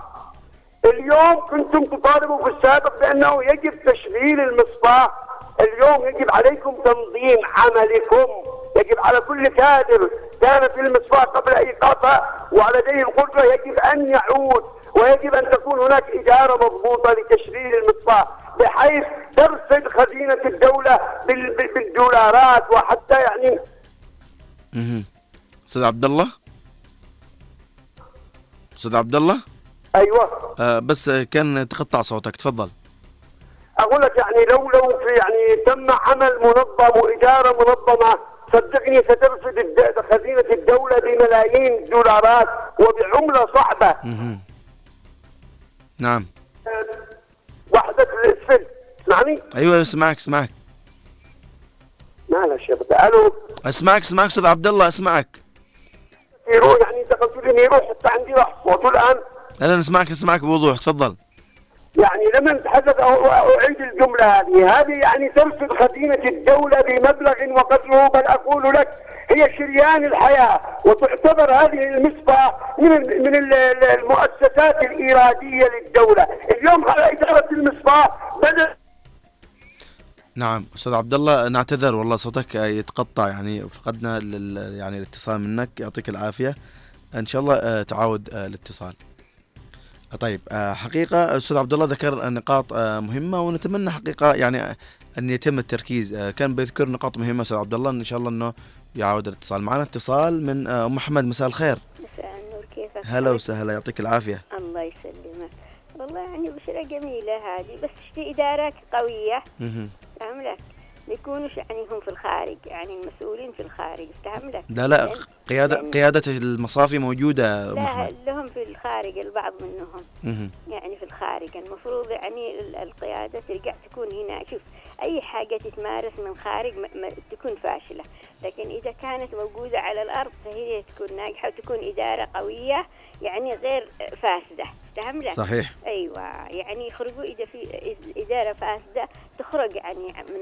اليوم كنتم تطالبوا في السابق بأنه يجب تشغيل المصفاة، اليوم يجب عليكم تنظيم عملكم. يجب على كل كادر كان في المصفاة قبل إيقافها وعلى القدرة يجب أن يعود، ويجب أن تكون هناك إدارة مضبوطة لتشغيل المصفاة بحيث ترصد خزينة الدولة بالدولارات وحتى يعني. أستاذ عبد الله أستاذ عبد الله أيوة آه بس كان تقطع صوتك، تفضل. أقول لك يعني لو لو في يعني تم عمل منظم وإدارة منظمة صدقني سترصد خزينة الدولة بملايين الدولارات وبعملة صعبة. مه. نعم. وحدة الاسفل اسمعني؟ ايوه اسمعك اسمعك. معلش يا بدا. الو اسمعك اسمعك استاذ عبد الله اسمعك. يروح يعني انت قلت لي يروح حتى عندي راح صوته الان. انا نسمعك نسمعك بوضوح، تفضل. يعني لما نتحدث او اعيد الجمله هذه هذه يعني ترصد خزينه الدوله بمبلغ وقدره، بل اقول لك هي شريان الحياه، وتعتبر هذه المصفاة من من المؤسسات الإرادية للدولة. اليوم على إدارة المصفاة بدأ. نعم أستاذ عبد الله نعتذر والله صوتك يتقطع، يعني فقدنا يعني الاتصال منك، يعطيك العافية، إن شاء الله تعاود الاتصال. طيب حقيقة أستاذ عبد الله ذكر نقاط مهمة، ونتمنى حقيقة يعني أن يتم التركيز. كان بيذكر نقاط مهمة أستاذ عبد الله، إن شاء الله إنه يعود الاتصال. معنا اتصال من أم أحمد. مساء الخير. مساء النور، كيفك؟ هلا وسهلا، يعطيك العافية. الله يسلمك. والله يعني بشرة جميلة هذه، بس في إدارات قوية فهم لك، ما يكونوش يعني هم في الخارج، يعني المسؤولين في الخارج فهم لك. لا لا قيادة قيادة المصافي موجودة. لا لهم في الخارج البعض منهم يعني في الخارج. المفروض يعني القيادة ترجع تكون هنا. شوف أي حاجة تتمارس من خارج ما تكون فاشلة، لكن إذا كانت موجودة على الأرض فهي تكون ناجحة وتكون إدارة قوية يعني غير فاسدة. فهم لك؟ صحيح. أيوة يعني يخرجوا إذا في إدارة فاسدة تخرج يعني من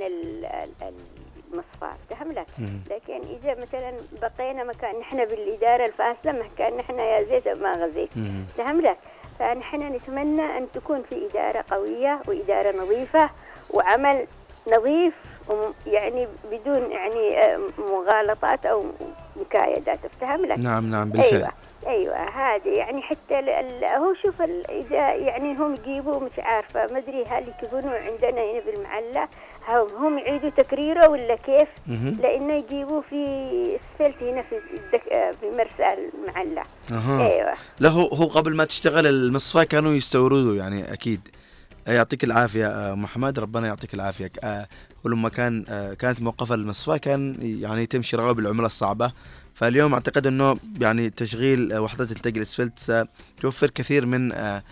المصفات. فهم لك؟ لكن إذا مثلا بقينا مكان نحن بالإدارة الفاسدة مكان نحن يا زيت ما غزيت. فهم لك؟ فنحن نتمنى أن تكون في إدارة قوية وإدارة نظيفة وعمل نظيف يعني بدون يعني مغالطات أو مكايدات. افتهم لك؟ نعم نعم بالفعل. أيوة أيوة هذه يعني حتى هو شوف إذا يعني هم يجيبوا مش عارفة ما أدري هل يكونوا عندنا هنا بالمعلة هم يعيدوا تكريره ولا كيف؟ لأنه يجيبوا في السفلت هنا في الدك... في مرسى المعلة. أه. أيوة. لا هو هو قبل ما تشتغل المصفى كانوا يستوردوا يعني أكيد. يعطيك العافية محمد، ربنا يعطيك العافية. ولما كان كانت موقفة المصفى كان يعني يتم شراءه بالعملة الصعبة، فاليوم أعتقد أنه يعني تشغيل وحدات إنتاج الأسفلت ستوفر كثير من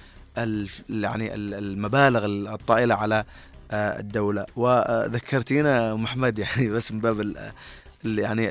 يعني المبالغ الطائلة على الدولة. وذكرتينا محمد يعني بس من باب ال يعني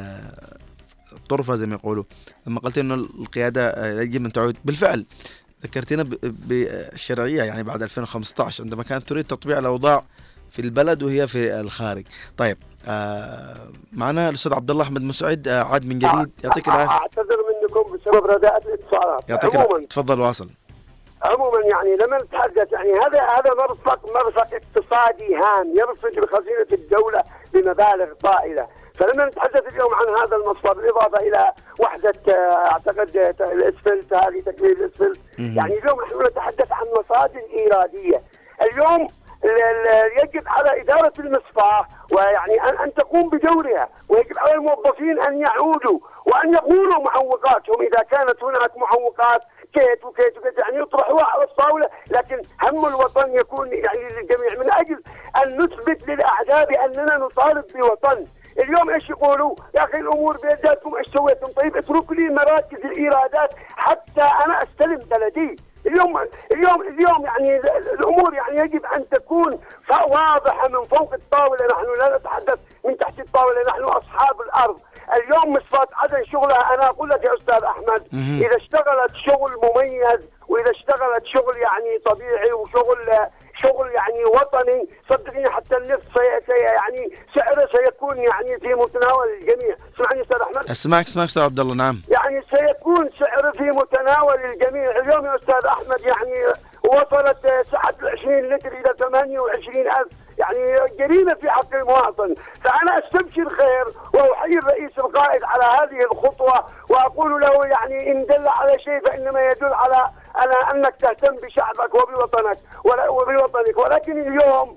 الطرفة زي ما يقولوا لما قلت إنه القيادة يجب أن تعود. بالفعل ذكرتينا بالشرعية يعني بعد ألفين وخمسة عشر عندما كانت تريد تطبيع الأوضاع في البلد وهي في الخارج. طيب آه معنا الأستاذ عبد الله أحمد مسعد آه عاد من جديد. يعطيك العافية. أعتذر منكم بسبب رداءة الاتصالات. يعطيك العافية. تفضل واصل. عموما يعني لما نتحدث يعني هذا هذا مرفق مرفق اقتصادي هام يرصد بخزينة الدولة بمبالغ طائلة. فلما نتحدث اليوم عن هذا المصفى بالإضافة إلى وحدة أعتقد الإسفلت هذه تكميل الإسفلت، يعني اليوم نحن نتحدث عن مصادر إيرادية. اليوم يجب على إدارة المصفاة ويعني أن, أن تقوم بدورها، ويجب على الموظفين أن يعودوا وأن يقولوا معوقاتهم إذا كانت هناك معوقات كيت وكيت وكيت يعني يطرحوها على الطاولة، لكن هم الوطن يكون يعني للجميع من أجل أن نثبت للأعداء بأننا نطالب بوطن. اليوم ايش يقولوا؟ يا اخي الامور بيداتكم ايش سويتم؟ طيب اتركوا لي مراكز الايرادات حتى انا استلم بلدي. اليوم اليوم اليوم يعني الامور يعني يجب ان تكون واضحه من فوق الطاوله، نحن لا نتحدث من تحت الطاوله، نحن اصحاب الارض. اليوم مصفاة عدن شغلها انا اقول لك يا استاذ احمد اذا اشتغلت شغل مميز واذا اشتغلت شغل يعني طبيعي وشغل شغل يعني وطني صدقني حتى النفط سي سي يعني سعره سيكون يعني في متناول الجميع. اسمعني استاذ احمد. اسمعك اسمعك استاذ عبد الله. نعم يعني سيكون سعره في متناول الجميع. اليوم يا استاذ احمد يعني وصلت سعة عشرين لتر الى ثمانية وعشرين ألف، يعني جريمه في حق المواطن. فانا استبشر خير واحيي الرئيس القائد على هذه الخطوه واقول له يعني ان دل على شيء فانما يدل على على انك تهتم بشعبك وبوطنك وبوطنك. ولكن اليوم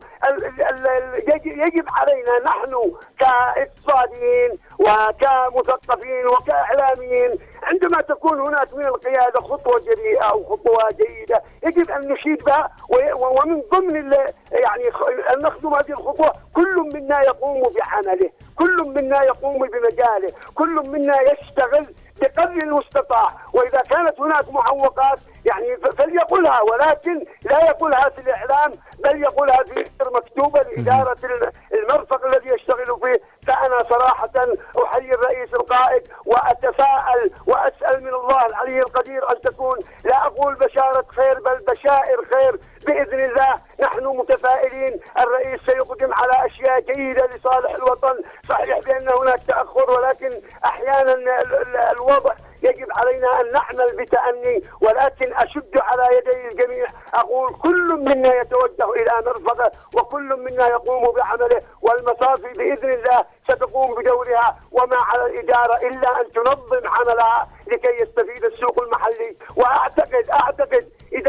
يجب علينا نحن كاقتصاديين وكمثقفين وكاعلاميين عندما تكون هناك من القياده خطوه جريئه او خطوه جيده يجب ان نشيد بها، ومن ضمن يعني ان نخدم هذه الخطوه كل منا يقوم بعمله، كل منا يقوم بمجاله، كل منا يشتغل بقدر المستطاع. واذا كانت هناك معوقات يعني فليقولها، ولكن لا يقولها في الاعلام بل يقولها في مكتوبه لاداره المرفق الذي يشتغل فيه. فانا صراحه احيي الرئيس القائد واتساءل واسال من الله العلي القدير ان تكون لا اقول بشاره خير بل بشائر خير باذن الله. نحن متفائلين، الرئيس سيقدم على اشياء جيده لصالح الوطن. صحيح بان هناك تاخر ولكن احيانا الوضع يجب علينا ان نعمل بتأني، ولكن اشد على يدي الجميع اقول كل منا يتوجه الى مرفقه وكل منا يقوم بعمله، والمصافي باذن الله ستقوم بدورها، وما على الاداره الا ان تنظم عملها لكي يستفيد السوق المحلي. واعتقد اعتقد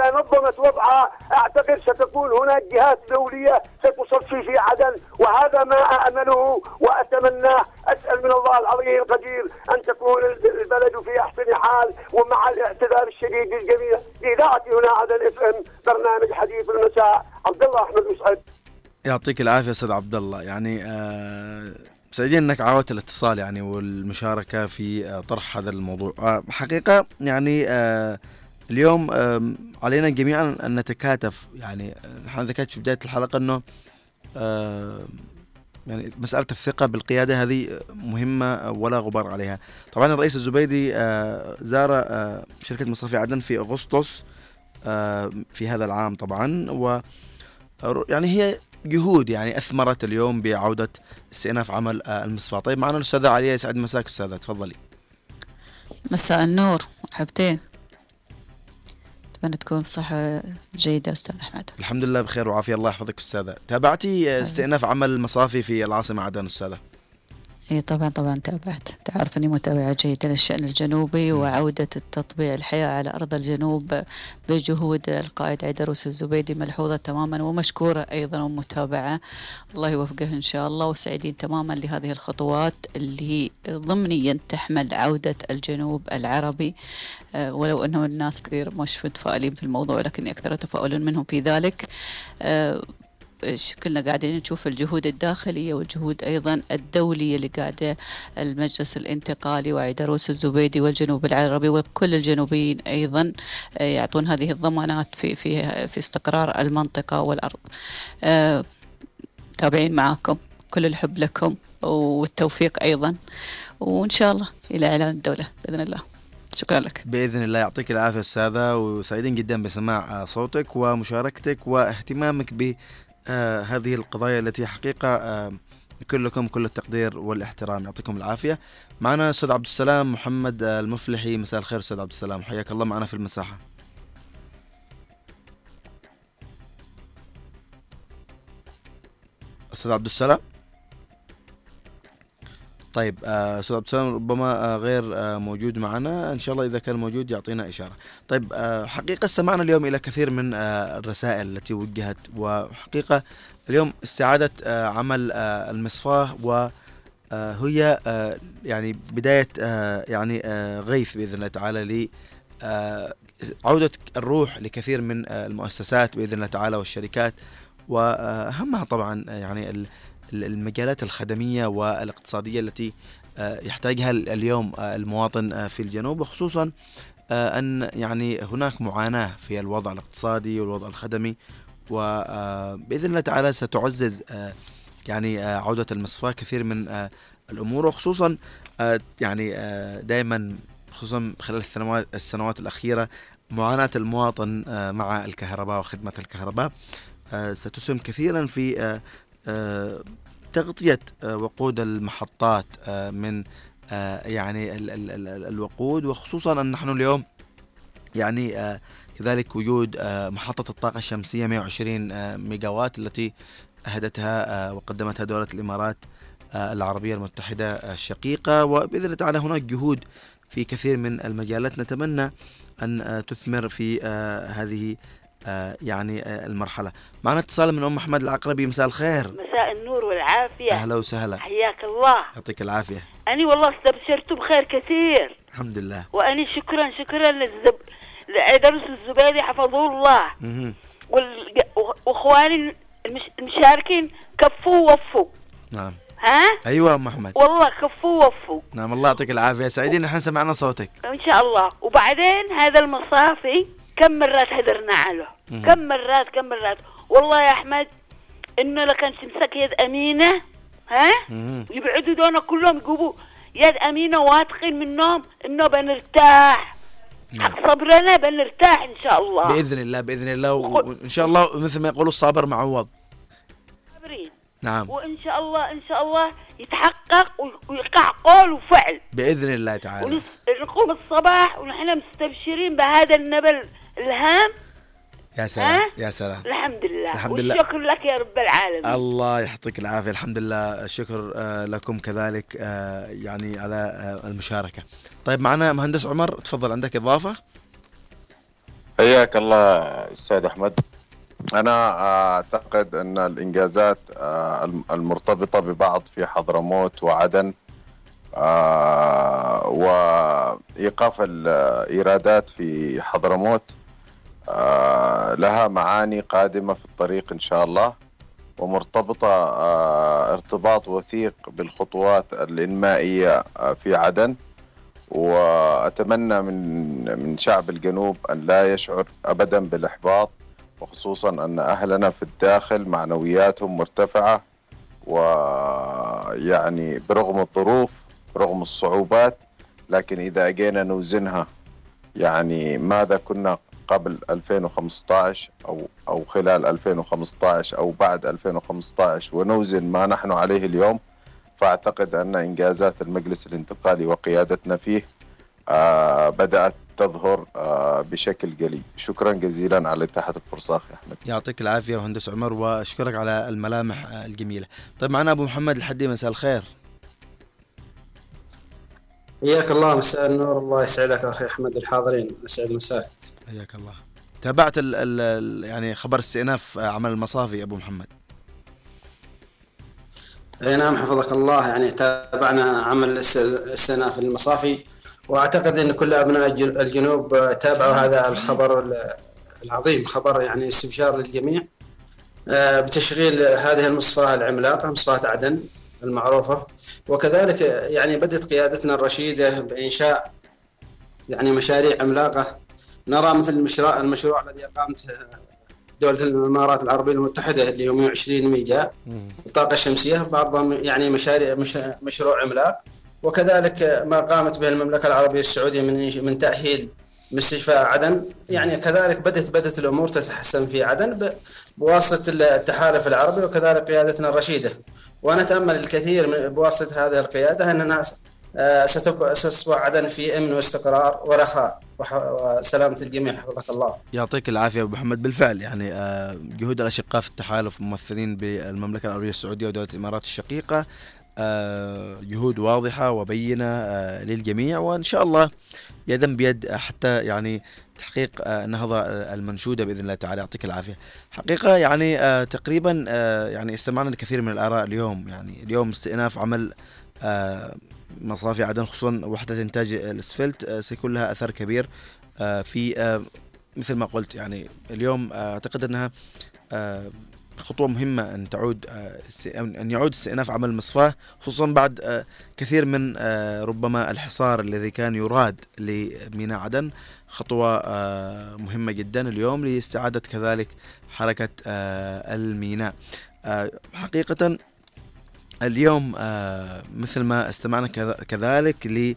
تقدمت وضعها أعتقد ستكون هناك جهات دولية ستصفي في عدن، وهذا ما أأمله وأتمناه. أسأل من الله العلي القدير أن تكون البلد في أحسن حال. ومع الاعتذار الشديد للجميع، إذاعتي هنا عدن اف ام برنامج حديث المساء، عبد الله أحمد مسعد. يعطيك العافية أستاذ عبد الله. يعني آه سعيدين أنك عاودت الاتصال يعني والمشاركة في آه طرح هذا الموضوع. آه حقيقة يعني آه اليوم آه علينا جميعا أن نتكاتف. يعني نحن ذكرت في بداية الحلقة أنه آه يعني مسألة الثقة بالقيادة هذه مهمة ولا غبار عليها. طبعا الرئيس الزبيدي آه زار آه شركة مصافي عدن في أغسطس آه في هذا العام طبعا، و يعني هي جهود يعني أثمرت اليوم بعودة استئناف عمل آه المصفاة. طيب معنا الأستاذة عليا، يسعد مساك أستاذة، تفضلي. مساء النور، مرحبتين، أتمنى تكون بصحة جيدة أستاذ أحمد. الحمد لله بخير وعافية، الله يحفظك أستاذة. تابعتي استئناف عمل المصافي في العاصمة عدن أستاذة؟ اي طبعا طبعا تابعت، تعرف اني متابعة جيدة للشأن الجنوبي وعودة التطبيع الحياة على أرض الجنوب بجهود القائد عيدروس الزبيدي ملحوظة تماما ومشكورة أيضا ومتابعة، الله يوفقه إن شاء الله. وسعيدين تماما لهذه الخطوات اللي ضمنيا تحمل عودة الجنوب العربي، أه ولو أنه الناس كثير مش متفائلين في الموضوع، لكن أكثر تفاؤل منهم في ذلك. أه كلنا قاعدين نشوف الجهود الداخلية والجهود أيضا الدولية اللي قاعدة المجلس الانتقالي وعيدروس الزبيدي والجنوب العربي وكل الجنوبيين أيضا يعطون هذه الضمانات في في في استقرار المنطقة والأرض. أه تابعين معاكم، كل الحب لكم والتوفيق أيضا، وإن شاء الله إلى إعلان الدولة بإذن الله. شكرا لك. بإذن الله يعطيك العافية أستاذة، وسعيدين جدا بسماع صوتك ومشاركتك واهتمامك ب آه هذه القضايا التي حقيقة آه كلكم كل التقدير والاحترام، يعطيكم العافية. معنا أستاذ عبد السلام محمد آه المفلحي، مساء الخير أستاذ عبد السلام، حياك الله معنا في المساحة. أستاذ عبد السلام. طيب آه أستاذ عبد السلام ربما آه غير آه موجود معنا، إن شاء الله إذا كان موجود يعطينا إشارة. طيب آه حقيقة استمعنا اليوم إلى كثير من آه الرسائل التي وجهت، وحقيقة اليوم استعادة آه عمل آه المصفاة وهي آه يعني بداية آه يعني آه غيث بإذن الله تعالى لعودة الروح لكثير من آه المؤسسات بإذن الله تعالى والشركات، وأهمها طبعا يعني المجالات الخدمية والاقتصادية التي يحتاجها اليوم المواطن في الجنوب، وخصوصا أن يعني هناك معاناة في الوضع الاقتصادي والوضع الخدمي، وبإذن الله تعالى ستعزز يعني عودة المصفاة كثير من الأمور، وخصوصا يعني دائما خصوصا خلال السنوات السنوات الأخيرة معاناة المواطن مع الكهرباء وخدمة الكهرباء ستسهم كثيرا في تغطية وقود المحطات من يعني ال ال ال الوقود، وخصوصا أن نحن اليوم يعني كذلك وجود محطة الطاقة الشمسية مئة وعشرين ميجاوات التي أهدتها وقدمتها دولة الإمارات العربية المتحدة الشقيقة، وبإذن الله تعالى هناك جهود في كثير من المجالات نتمنى أن تثمر في هذه يعني المرحلة. معنا اتصال من أم أحمد العقربي، مساء الخير. مساء النور والعافية. أهلا وسهلا. حياك الله. يعطيك العافية. أنا والله استبشرت بخير كثير الحمد لله. وأنا شكرا شكرا للزب... لعيدروس الزبيدي حفظه الله وال... وإخواني المش... المشاركين كفوا ووفوا. نعم. ها؟ أيوة أم أحمد. والله كفوا ووفوا. نعم الله يعطيك العافية، سعيدين نحن سمعنا صوتك. إن شاء الله. وبعدين هذا المصافي كم مرات هدرنا عليه، كم مرات كم مرات والله يا أحمد إنه لو كان تمسك يد أمينة ها يبعدوا دونا كلهم يجيبوا يد أمينة واثقين منهم إنه بنرتاح. حق صبرنا بنرتاح إن شاء الله بإذن الله بإذن الله، وإن شاء الله مثل ما يقولوا الصابر معوض. صابرين. نعم. وإن شاء الله إن شاء الله يتحقق ويقع قول وفعل بإذن الله تعالى. ونقوم الصباح ونحن مستبشرين بهذا النبل الهام. يا سلام يا سلام. الحمد لله. الحمد لله. والشكر لك يا رب العالمين. الله يعطيك العافية. الحمد لله. الشكر لكم كذلك يعني على المشاركة. طيب معنا مهندس عمر، تفضل عندك إضافة. حياك الله أستاذ أحمد. أنا أعتقد أن الإنجازات المرتبطة ببعض في حضرموت وعدن وإيقاف الإيرادات في حضرموت لها معاني قادمة في الطريق إن شاء الله، ومرتبطة ارتباط وثيق بالخطوات الإنمائية في عدن. وأتمنى من من شعب الجنوب أن لا يشعر أبدا بالإحباط، وخصوصا أن أهلنا في الداخل معنوياتهم مرتفعة، ويعني برغم الظروف برغم الصعوبات، لكن إذا أجينا نوزنها يعني ماذا كنا قبل ألفين وخمسة عشر أو أو خلال ألفين وخمسة عشر أو بعد ألفين وخمسة عشر ونوزن ما نحن عليه اليوم، فأعتقد أن إنجازات المجلس الانتقالي وقيادتنا فيه آه بدأت تظهر آه بشكل جلي. شكرا جزيلا على إتاحة الفرصة أخي أحمد. يعطيك العافية مهندس عمر، وأشكرك على الملامح الجميلة. طيب معنا أبو محمد الحدي، مساء الخير. حياك الله، مساء النور، الله يسعدك أخي أحمد، الحاضرين يسعد مساك. حياك الله. تابعت ال ال يعني خبر استئناف عمل المصافي أبو محمد؟ اي نعم حفظك الله، يعني تابعنا عمل استئناف المصافي، واعتقد ان كل ابناء الجنوب تابعوا هذا الخبر العظيم، خبر يعني استبشار للجميع بتشغيل هذه المصفاة العملاقة، مصفاة عدن المعروفة. وكذلك يعني بدأت قيادتنا الرشيدة بإنشاء يعني مشاريع عملاقة، نرى مثل المشروع المشروع الذي قامت دولة الإمارات العربية المتحدة اللي هو مئة وعشرين ميجا الطاقة الشمسية، بعضهم يعني مشاريع مش مشروع عملاق. وكذلك ما قامت به المملكة العربية السعودية من من تأهيل مستشفى عدن، يعني كذلك بدأت بدأت الأمور تتحسن في عدن بواسطة التحالف العربي وكذلك قيادتنا الرشيدة. ونتأمل الكثير بواسطة هذه القيادة أننا ستصبح عدن في أمن واستقرار ورخاء وسلامة الجميع حفظك الله. يعطيك العافية أبو محمد. بالفعل يعني جهود الأشقاء في التحالف ممثلين بالمملكة العربية السعودية ودولة الإمارات الشقيقة جهود واضحة وبينة للجميع، وإن شاء الله يدا بيد حتى يعني تحقيق النهضة المنشودة بإذن الله تعالى. يعطيك العافية. حقيقة يعني تقريبا يعني استمعنا لكثير من الآراء اليوم، يعني اليوم استئناف عمل مصافي عدن خصوصا وحدة إنتاج الأسفلت سيكون لها أثر كبير في مثل ما قلت. يعني اليوم أعتقد أنها خطوة مهمة أن تعود أن يعود استئناف عمل المصفاة، خصوصا بعد كثير من ربما الحصار الذي كان يراد لميناء عدن. خطوة مهمة جدا اليوم لاستعادة كذلك حركة الميناء. حقيقة اليوم مثل ما استمعنا كذلك ل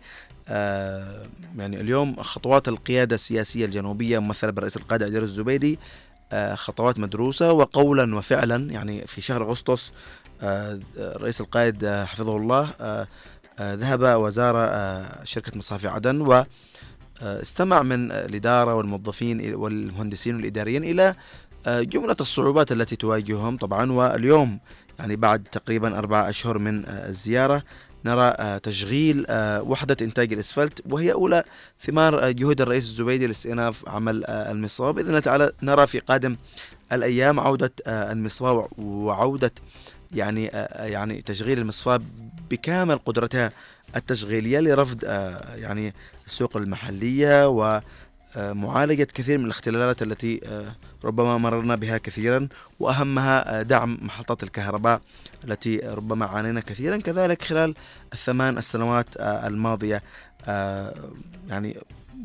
يعني اليوم خطوات القيادة السياسية الجنوبية ممثلة بالرئيس القائد عيدروس الزبيدي خطوات مدروسة وقولا وفعلا. يعني في شهر أغسطس رئيس القائد حفظه الله ذهب وزار شركة مصافي عدن واستمع من الإدارة والموظفين والمهندسين والإداريين إلى جملة الصعوبات التي تواجههم طبعا. واليوم يعني بعد تقريبا أربعة أشهر من الزيارة نرى تشغيل وحدة إنتاج الأسفلت، وهي أولى ثمار جهود الرئيس الزبيدي لاستئناف عمل المصفاة. بإذن الله تعالى نرى في قادم الأيام عودة المصفاة وعودة يعني يعني تشغيل المصفاة بكامل قدرتها التشغيلية لرفض يعني السوق المحلية ومعالجة كثير من الاختلالات التي ربما مررنا بها كثيرا، وأهمها دعم محطات الكهرباء التي ربما عانينا كثيرا كذلك خلال الثمان السنوات الماضية. يعني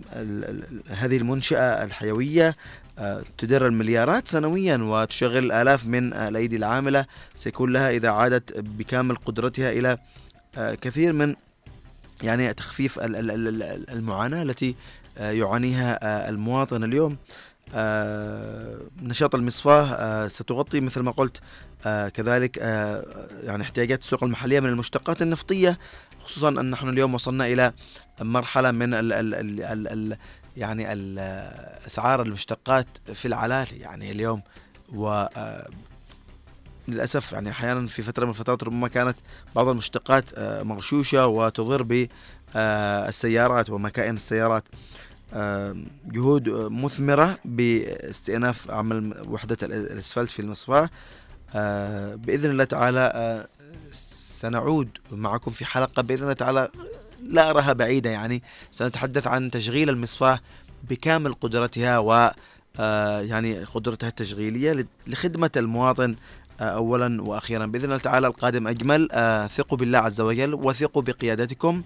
هذه المنشأة الحيوية تدر المليارات سنويا وتشغل الآلاف من الأيدي العاملة، سيكون لها إذا عادت بكامل قدرتها إلى كثير من يعني تخفيف المعاناة التي يعانيها المواطن اليوم. نشاط المصفاة ستغطي مثل ما قلت كذلك يعني احتياجات السوق المحلية من المشتقات النفطية، خصوصا أن نحن اليوم وصلنا إلى مرحلة من ال ال ال ال ال يعني أسعار المشتقات في العلالي. يعني اليوم و للأسف يعني أحيانا في فترة من الفترات ربما كانت بعض المشتقات مغشوشة وتضر بالسيارات ومكائن السيارات. جهود مثمرة باستئناف عمل وحدة الأسفلت في المصفاة. بإذن الله تعالى سنعود معكم في حلقة بإذن الله تعالى لا أراها بعيدة، يعني سنتحدث عن تشغيل المصفاة بكامل قدرتها و يعني قدرتها التشغيلية لخدمة المواطن أولا وأخيرا. بإذن الله تعالى القادم أجمل. ثقوا بالله عز وجل وثقوا بقيادتكم.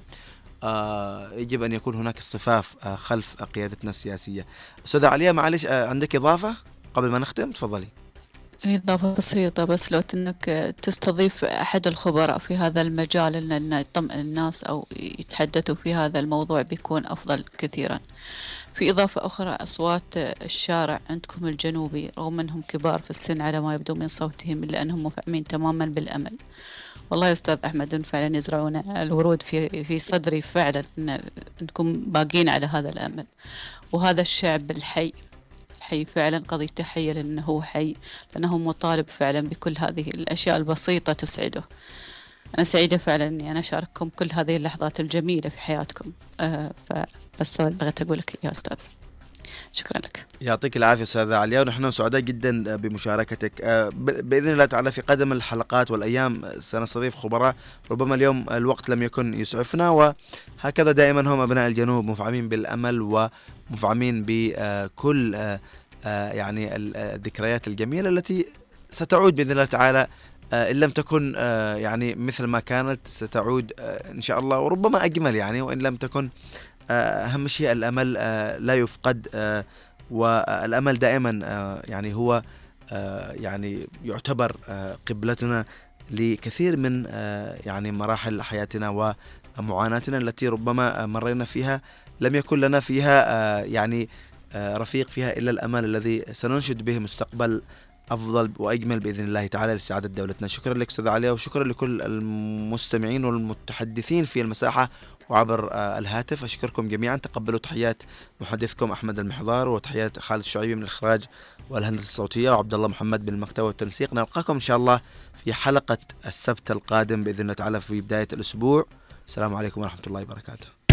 يجب أن يكون هناك اصطفاف خلف قيادتنا السياسية. أستاذة عليا معلش عندك إضافة قبل ما نختم؟ تفضلي. إضافة بسيطة بس، لو أنك تستضيف أحد الخبراء في هذا المجال أن يطمئن الناس أو يتحدثوا في هذا الموضوع بيكون أفضل كثيرا. في إضافة أخرى، أصوات الشارع عندكم الجنوبي رغم أنهم كبار في السن على ما يبدو من صوتهم إلا أنهم مفعمين تماما بالأمل. والله يا أستاذ أحمد فعلا يزرعون الورود في في صدري فعلا أن أنكم باقين على هذا الأمل. وهذا الشعب الحي حي فعلا قضيته حية لأنه هو حي، لأنه مطالب فعلا بكل هذه الأشياء البسيطة تسعده. أنا سعيدة فعلا أني أنا أشارككم كل هذه اللحظات الجميلة في حياتكم. آه فبس بغيت أقول لك يا أستاذ شكرا لك. يعطيك العافية أستاذة عليا، ونحن سعداء جدا بمشاركتك. بإذن الله تعالى في قدم الحلقات والأيام سنستضيف خبراء. ربما اليوم الوقت لم يكن يسعفنا، وهكذا دائما هم أبناء الجنوب مفعمين بالأمل ومفعمين بكل يعني الذكريات الجميلة التي ستعود بإذن الله تعالى. إن لم تكن يعني مثل ما كانت ستعود إن شاء الله، وربما أجمل يعني. وإن لم تكن، أهم شيء الأمل لا يفقد، والأمل دائما يعني هو يعني يعتبر قبلتنا لكثير من يعني مراحل حياتنا ومعاناتنا التي ربما مرينا فيها لم يكن لنا فيها يعني رفيق فيها إلا الأمل الذي سننشد به مستقبل أفضل وأجمل بإذن الله تعالى لسعادة دولتنا. شكرا لك أستاذ عليا، وشكرا لكل المستمعين والمتحدثين في المساحة وعبر الهاتف. أشكركم جميعا. تقبلوا تحيات محدثكم أحمد المحضار، وتحيات خالد الشعيبي من الإخراج والهندسة الصوتية، وعبد الله محمد بالمكتب والتنسيق. نلقاكم إن شاء الله في حلقة السبت القادم بإذن الله تعالى في بداية الأسبوع. السلام عليكم ورحمة الله وبركاته.